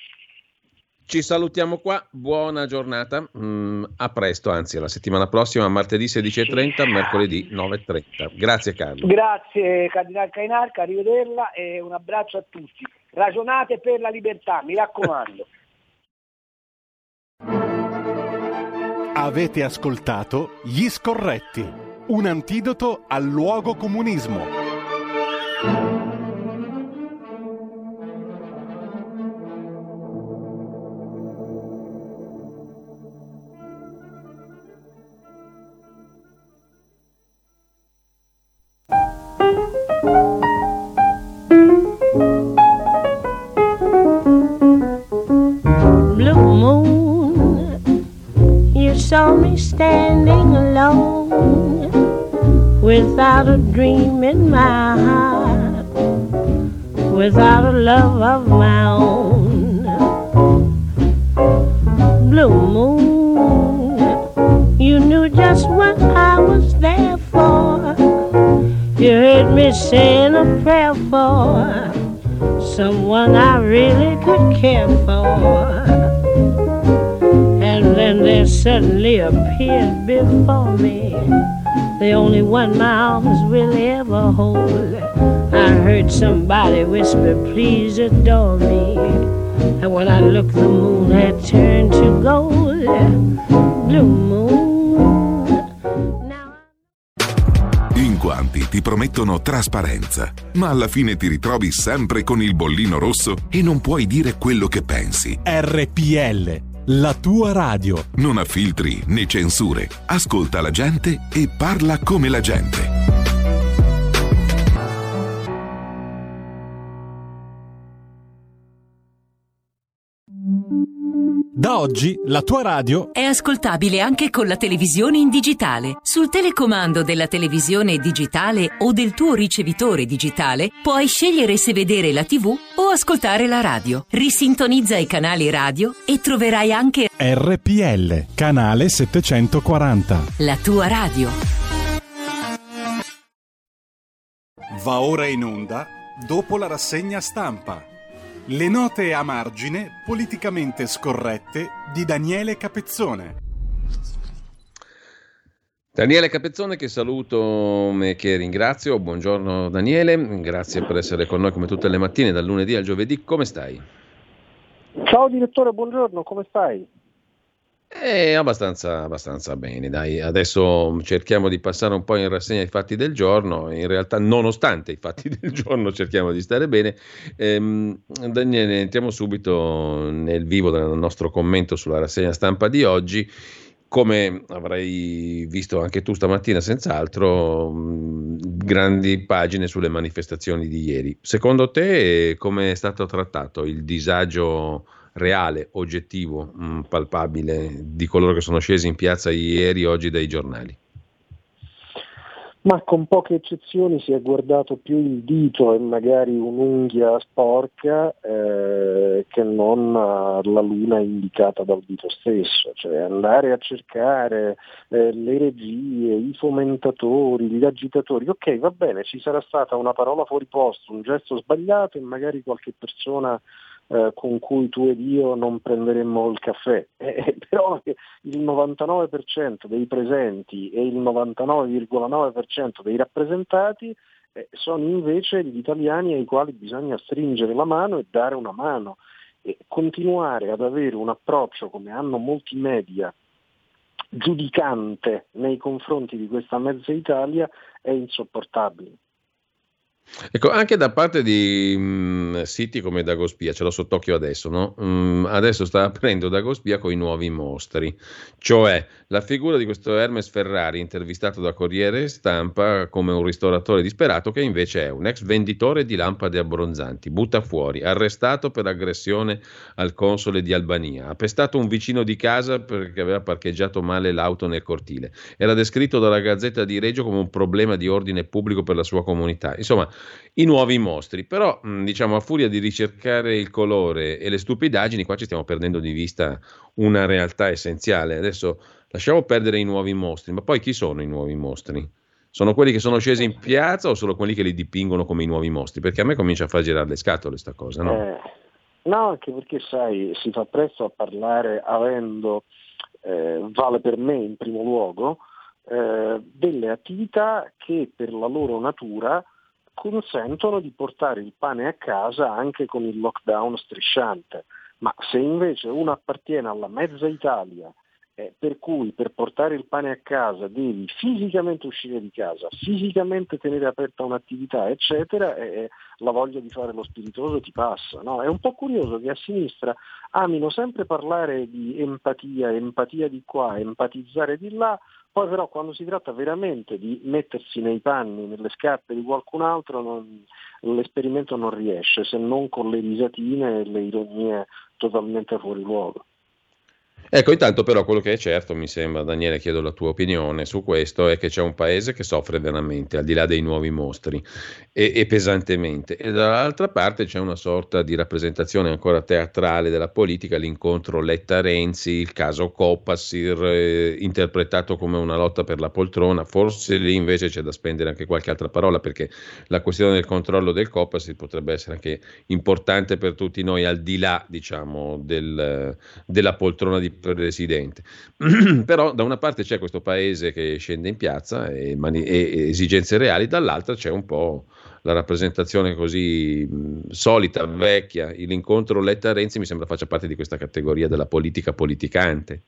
Ci salutiamo qua, buona giornata, mm, a presto, anzi alla settimana prossima, martedì sedici e trenta, mercoledì nove e trenta. Grazie Carlo. Grazie Cardinal Cainarca, arrivederla e un abbraccio a tutti. Ragionate per la libertà, mi raccomando. Avete ascoltato Gli Scorretti, un antidoto al luogo comunismo. Saw me standing alone without a dream in my heart, without a love of my own. Blue moon, you knew just what I was there for. You heard me saying a prayer for someone I really could care for. And then there suddenly appeared before me the only one my arms will ever hold. I heard somebody whisper, please adore me. And when I looked, the moon had turned to gold. Blue moon. In quanti ti promettono trasparenza, ma alla fine ti ritrovi sempre con il bollino rosso e non puoi dire quello che pensi. R P L, la tua radio. Non ha filtri né censure. Ascolta la gente e parla come la gente. Da oggi la tua radio è ascoltabile anche con la televisione in digitale. Sul telecomando della televisione digitale o del tuo ricevitore digitale puoi scegliere se vedere la tivù o ascoltare la radio. Risintonizza i canali radio e troverai anche R P L, canale settecentoquaranta. La tua radio. Va ora in onda dopo la rassegna stampa. Le note a margine politicamente scorrette di Daniele Capezzone. Daniele Capezzone che saluto e che ringrazio. Buongiorno Daniele, grazie per essere con noi come tutte le mattine dal lunedì al giovedì. Come stai? Ciao direttore, buongiorno, come stai? Eh, abbastanza, abbastanza bene, dai. Adesso cerchiamo di passare un po' in rassegna i fatti del giorno. In realtà, nonostante i fatti del giorno, cerchiamo di stare bene. Ehm, Daniele, entriamo subito nel vivo del nostro commento sulla rassegna stampa di oggi. come avrai visto anche tu stamattina senz'altro, mh, grandi pagine sulle manifestazioni di ieri. Secondo te come è stato trattato il disagio reale, oggettivo, mh, palpabile di coloro che sono scesi in piazza ieri, oggi dai giornali? Ma con poche eccezioni si è guardato più il dito e magari un'unghia sporca eh, che non la luna indicata dal dito stesso, cioè andare a cercare eh, le regie, i fomentatori, gli agitatori. Ok, va bene, ci sarà stata una parola fuori posto, un gesto sbagliato e magari qualche persona Eh, con cui tu ed io non prenderemmo il caffè, eh, però il novantanove per cento dei presenti e il novantanove virgola nove per cento dei rappresentati eh, sono invece gli italiani ai quali bisogna stringere la mano e dare una mano, e continuare ad avere un approccio, come hanno molti media, giudicante nei confronti di questa mezza Italia è insopportabile. Ecco, anche da parte di mh, siti come Dagospia, ce l'ho sott'occhio adesso, no? Mm, adesso sta aprendo Dagospia con i nuovi mostri, cioè la figura di questo Hermes Ferrari, intervistato da Corriere e Stampa come un ristoratore disperato, che invece è un ex venditore di lampade abbronzanti, butta fuori, arrestato per aggressione al console di Albania, ha pestato un vicino di casa perché aveva parcheggiato male l'auto nel cortile, era descritto dalla Gazzetta di Reggio come un problema di ordine pubblico per la sua comunità. Insomma, i nuovi mostri, però diciamo a furia di ricercare il colore e le stupidaggini, qua ci stiamo perdendo di vista una realtà essenziale. Adesso lasciamo perdere i nuovi mostri, ma poi chi sono i nuovi mostri? Sono quelli che sono scesi in piazza o sono quelli che li dipingono come i nuovi mostri? Perché a me comincia a far girare le scatole sta cosa, no? Eh, no, anche perché sai, si fa presto a parlare avendo, eh, vale per me in primo luogo, eh, delle attività che per la loro natura consentono di portare il pane a casa anche con il lockdown strisciante. Ma se invece uno appartiene alla mezza Italia, eh, per cui per portare il pane a casa devi fisicamente uscire di casa, fisicamente tenere aperta un'attività, eccetera, eh, la voglia di fare lo spiritoso ti passa, no? È un po' curioso che a sinistra amino sempre parlare di empatia, empatia di qua, empatizzare di là. Poi però quando si tratta veramente di mettersi nei panni, nelle scarpe di qualcun altro, non, l'esperimento non riesce, se non con le risatine e le ironie totalmente fuori luogo. Ecco, intanto però quello che è certo, mi sembra, Daniele, chiedo la tua opinione su questo, è che c'è un paese che soffre veramente, al di là dei nuovi mostri, e, e pesantemente, e dall'altra parte c'è una sorta di rappresentazione ancora teatrale della politica, l'incontro Letta-Renzi, il caso Copasir, eh, interpretato come una lotta per la poltrona. Forse lì invece c'è da spendere anche qualche altra parola, perché la questione del controllo del Copasir potrebbe essere anche importante per tutti noi, al di là, diciamo, del, della poltrona di presidente. Però da una parte c'è questo paese che scende in piazza e, mani- e esigenze reali, dall'altra c'è un po' la rappresentazione così mh, solita, vecchia. L'incontro Letta-Renzi mi sembra faccia parte di questa categoria della politica politicante.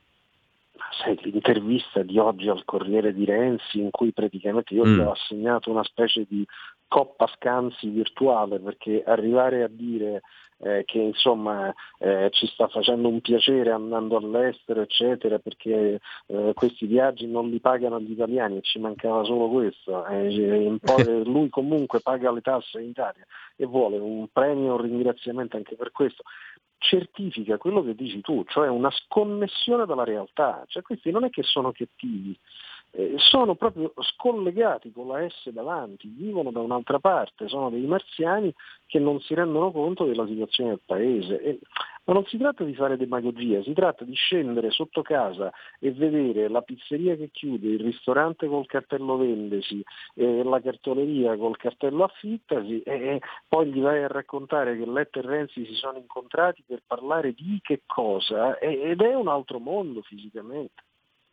Sai, l'intervista di oggi al Corriere di Renzi, in cui praticamente io mm. gli ho assegnato una specie di coppa scansi virtuale, perché arrivare a dire eh, che insomma eh, ci sta facendo un piacere andando all'estero, eccetera, perché eh, questi viaggi non li pagano gli italiani, e ci mancava solo questo, eh, un po', lui comunque paga le tasse in Italia e vuole un premio, un ringraziamento anche per questo, certifica quello che dici tu, cioè una sconnessione dalla realtà. Cioè questi non è che sono cattivi, eh, sono proprio scollegati con la S davanti, vivono da un'altra parte, sono dei marziani che non si rendono conto della situazione del paese. E, ma non si tratta di fare demagogia, si tratta di scendere sotto casa e vedere la pizzeria che chiude, il ristorante col cartello vendesi, eh, la cartoleria col cartello affittasi, e, e poi gli vai a raccontare che Letta e Renzi si sono incontrati per parlare di che cosa, e, ed è un altro mondo fisicamente.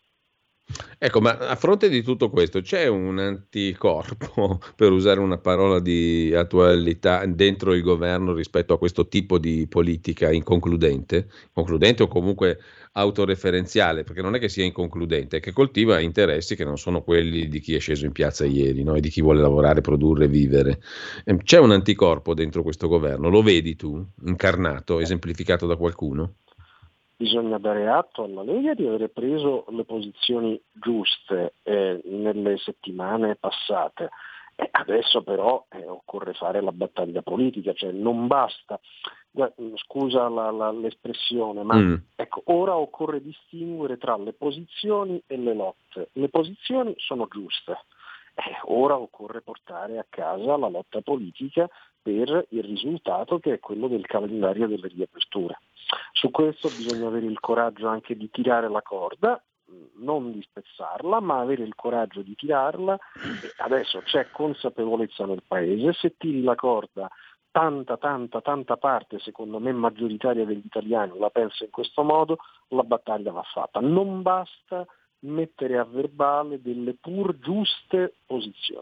Ecco, ma a fronte di tutto questo c'è un anticorpo, per usare una parola di attualità, dentro il governo rispetto a questo tipo di politica inconcludente, concludente o comunque autoreferenziale, perché non è che sia inconcludente, è che coltiva interessi che non sono quelli di chi è sceso in piazza ieri, no? E di chi vuole lavorare, produrre, vivere. C'è un anticorpo dentro questo governo, lo vedi tu, incarnato, esemplificato da qualcuno? bisogna dare atto alla Lega di aver preso le posizioni giuste eh, nelle settimane passate. E adesso però eh, occorre fare la battaglia politica, cioè non basta, scusa la, la, l'espressione, ma mm. ecco, ora occorre distinguere tra le posizioni e le lotte. Le posizioni sono giuste, eh, ora occorre portare a casa la lotta politica per il risultato che è quello del calendario delle riaperture. Su questo bisogna avere il coraggio anche di tirare la corda, non di spezzarla, ma avere il coraggio di tirarla. E adesso c'è consapevolezza nel paese, se tiri la corda tanta tanta tanta parte, secondo me maggioritaria degli italiani la pensa in questo modo, la battaglia va fatta. Non basta mettere a verbale delle pur giuste posizioni.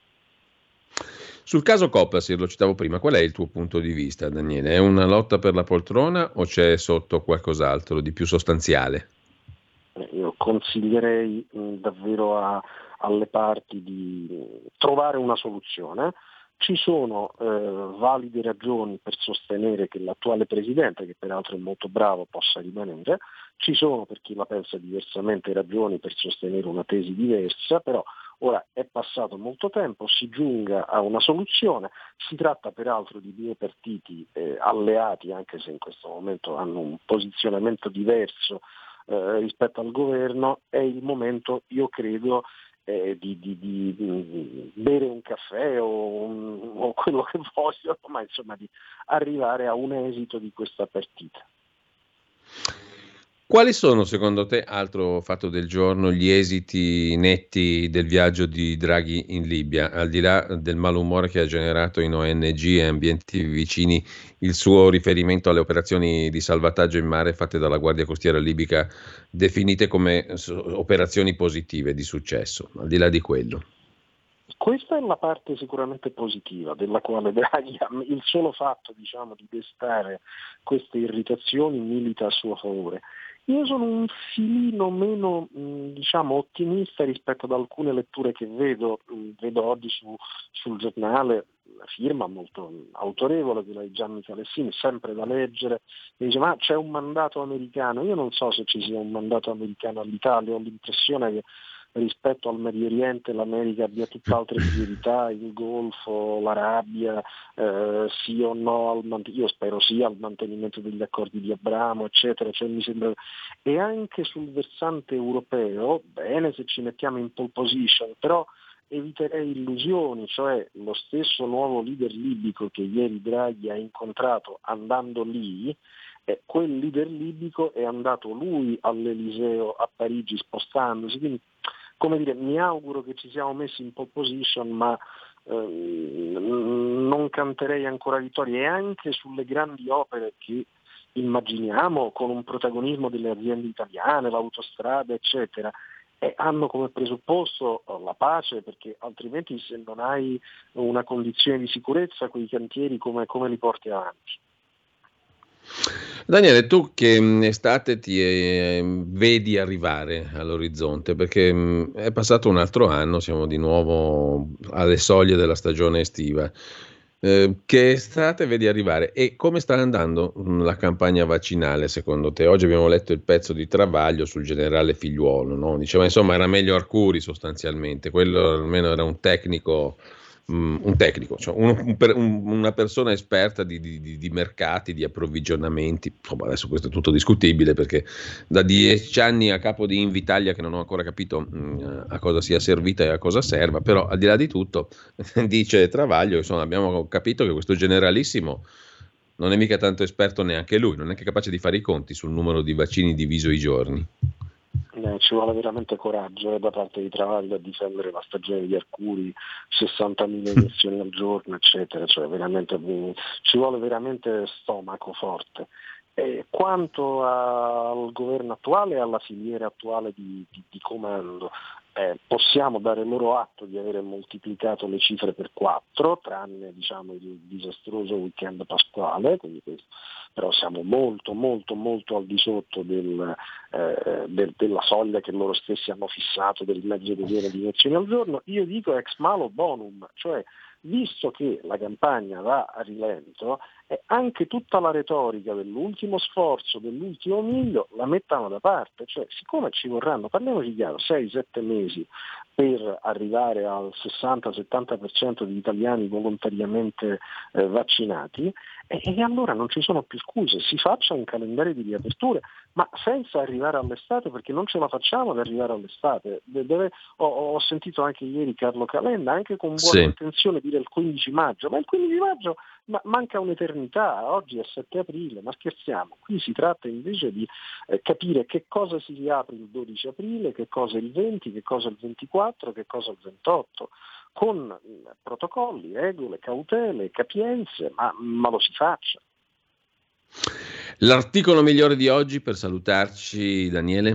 Sul caso Copasir, lo citavo prima, qual è il tuo punto di vista, Daniele? È una lotta per la poltrona o c'è sotto qualcos'altro di più sostanziale? Io consiglierei mh, davvero a, alle parti di trovare una soluzione. Ci sono eh, valide ragioni per sostenere che l'attuale presidente, che peraltro è molto bravo, possa rimanere. Ci sono, per chi la pensa diversamente, ragioni per sostenere una tesi diversa, però ora è passato molto tempo, si giunga a una soluzione. Si tratta peraltro di due partiti eh, alleati, anche se in questo momento hanno un posizionamento diverso Eh, rispetto al governo. È il momento, io credo, eh, di, di, di, di bere un caffè o, un, o quello che vogliono, ma insomma di arrivare a un esito di questa partita. Quali sono secondo te, altro fatto del giorno, gli esiti netti del viaggio di Draghi in Libia, al di là del malumore che ha generato in O N G e ambienti vicini il suo riferimento alle operazioni di salvataggio in mare fatte dalla Guardia Costiera libica, definite come operazioni positive di successo, al di là di quello? Questa è la parte sicuramente positiva, della quale Draghi, il solo fatto, diciamo, di destare queste irritazioni milita a suo favore. Io sono un filino meno mh, diciamo ottimista rispetto ad alcune letture che vedo, mh, vedo oggi su, sul giornale, una firma molto autorevole quella di Gianni Calessini, sempre da leggere, e dice ma c'è un mandato americano. Io non so se ci sia un mandato americano all'Italia, ho l'impressione che rispetto al Medio Oriente l'America abbia tutt'altre priorità, il Golfo, l'Arabia, eh, sì o no, al mant- io spero sì al mantenimento degli accordi di Abramo, eccetera, cioè, mi sembra... E anche sul versante europeo, bene se ci mettiamo in pole position, però eviterei illusioni, cioè lo stesso nuovo leader libico che ieri Draghi ha incontrato andando lì, eh, quel leader libico è andato lui all'Eliseo a Parigi spostandosi, quindi come dire, mi auguro che ci siamo messi in pole position, ma eh, non canterei ancora vittorie, e anche sulle grandi opere che immaginiamo con un protagonismo delle aziende italiane, l'autostrada, eccetera, e hanno come presupposto la pace, perché altrimenti se non hai una condizione di sicurezza quei cantieri come, come li porti avanti? Daniele, tu che estate ti eh, vedi arrivare all'orizzonte, perché mh, è passato un altro anno, siamo di nuovo alle soglie della stagione estiva. Eh, che estate vedi arrivare e come sta andando mh, la campagna vaccinale secondo te? Oggi abbiamo letto il pezzo di Travaglio sul generale Figliuolo, no? Diceva insomma era meglio Arcuri sostanzialmente, quello almeno era un tecnico. Un tecnico, cioè un, un, una persona esperta di, di, di mercati, di approvvigionamenti. Insomma, adesso questo è tutto discutibile perché da dieci anni a capo di Invitalia che non ho ancora capito mh, a cosa sia servita e a cosa serva, però al di là di tutto dice Travaglio, insomma abbiamo capito che questo generalissimo non è mica tanto esperto neanche lui, non è che capace di fare i conti sul numero di vaccini diviso i giorni. Eh, ci vuole veramente coraggio eh, da parte di Travaglio a difendere la stagione di Arcuri, sessantamila iniezioni al giorno, eccetera, cioè veramente ci vuole veramente stomaco forte. E quanto al governo attuale e alla filiera attuale di, di, di comando, eh, possiamo dare loro atto di avere moltiplicato le cifre per quattro, tranne diciamo il disastroso weekend pasquale, quindi questo, però siamo molto molto molto al di sotto del, eh, del, della soglia che loro stessi hanno fissato del mezzo milione di iniezioni al giorno. Io dico ex malo bonum, cioè visto che la campagna va a rilento, eh, anche tutta la retorica dell'ultimo sforzo, dell'ultimo miglio, la mettano da parte. Cioè, siccome ci vorranno, parliamoci chiaro, sei sette mesi per arrivare al sessanta settanta per cento di italiani volontariamente eh, vaccinati, e, e allora non ci sono più scuse, si faccia un calendario di riaperture, ma senza arrivare all'estate, perché non ce la facciamo ad arrivare all'estate. Deve, ho, ho sentito anche ieri Carlo Calenda, anche con buona sì. intenzione, dire il quindici maggio, ma il quindici maggio ma manca un'eternità, oggi è sette aprile, ma scherziamo, qui si tratta invece di eh, capire che cosa si riapre il dodici aprile, che cosa il venti, che cosa il ventiquattro, che cosa il ventotto, con eh, protocolli, regole, cautele, capienze, ma, ma lo si faccia. L'articolo migliore di oggi per salutarci, Daniele?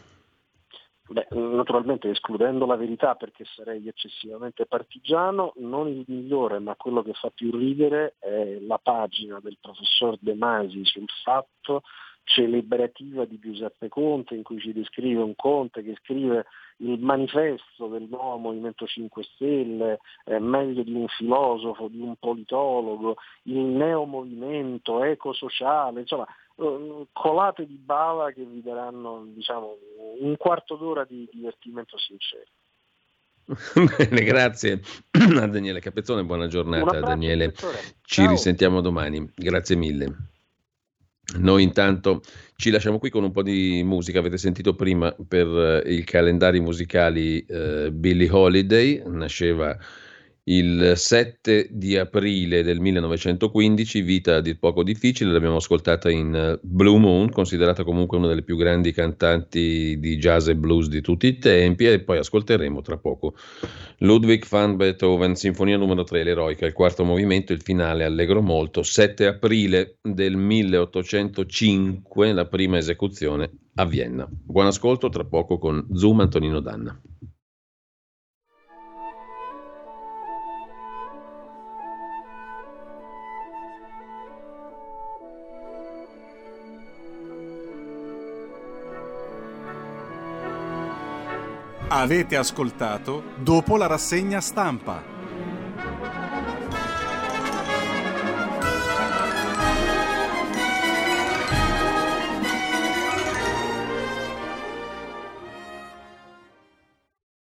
Beh, naturalmente escludendo la verità perché sarei eccessivamente partigiano, non il migliore ma quello che fa più ridere è la pagina del professor De Masi sul Fatto, celebrativa di Giuseppe Conte, in cui ci descrive un Conte che scrive il manifesto del nuovo Movimento cinque Stelle, eh, meglio di un filosofo, di un politologo, il neomovimento ecosociale, insomma eh, colate di bava che vi daranno, diciamo, un quarto d'ora di divertimento sincero. Bene, grazie a Daniele Capezzone, buona giornata Daniele, ci Ciao. Risentiamo domani, grazie mille. Noi intanto ci lasciamo qui con un po' di musica. Avete sentito prima per i calendari musicali eh, Billie Holiday, nasceva il sette di aprile del millenovecentoquindici, vita a dir poco difficile, l'abbiamo ascoltata in Blue Moon, considerata comunque una delle più grandi cantanti di jazz e blues di tutti i tempi, e poi ascolteremo tra poco Ludwig van Beethoven, Sinfonia numero tre, l'eroica, il quarto movimento, il finale allegro molto, sette aprile del milleottocentocinque, la prima esecuzione a Vienna. Buon ascolto, tra poco con Zoom Antonino Danna. Avete ascoltato Dopo la rassegna stampa,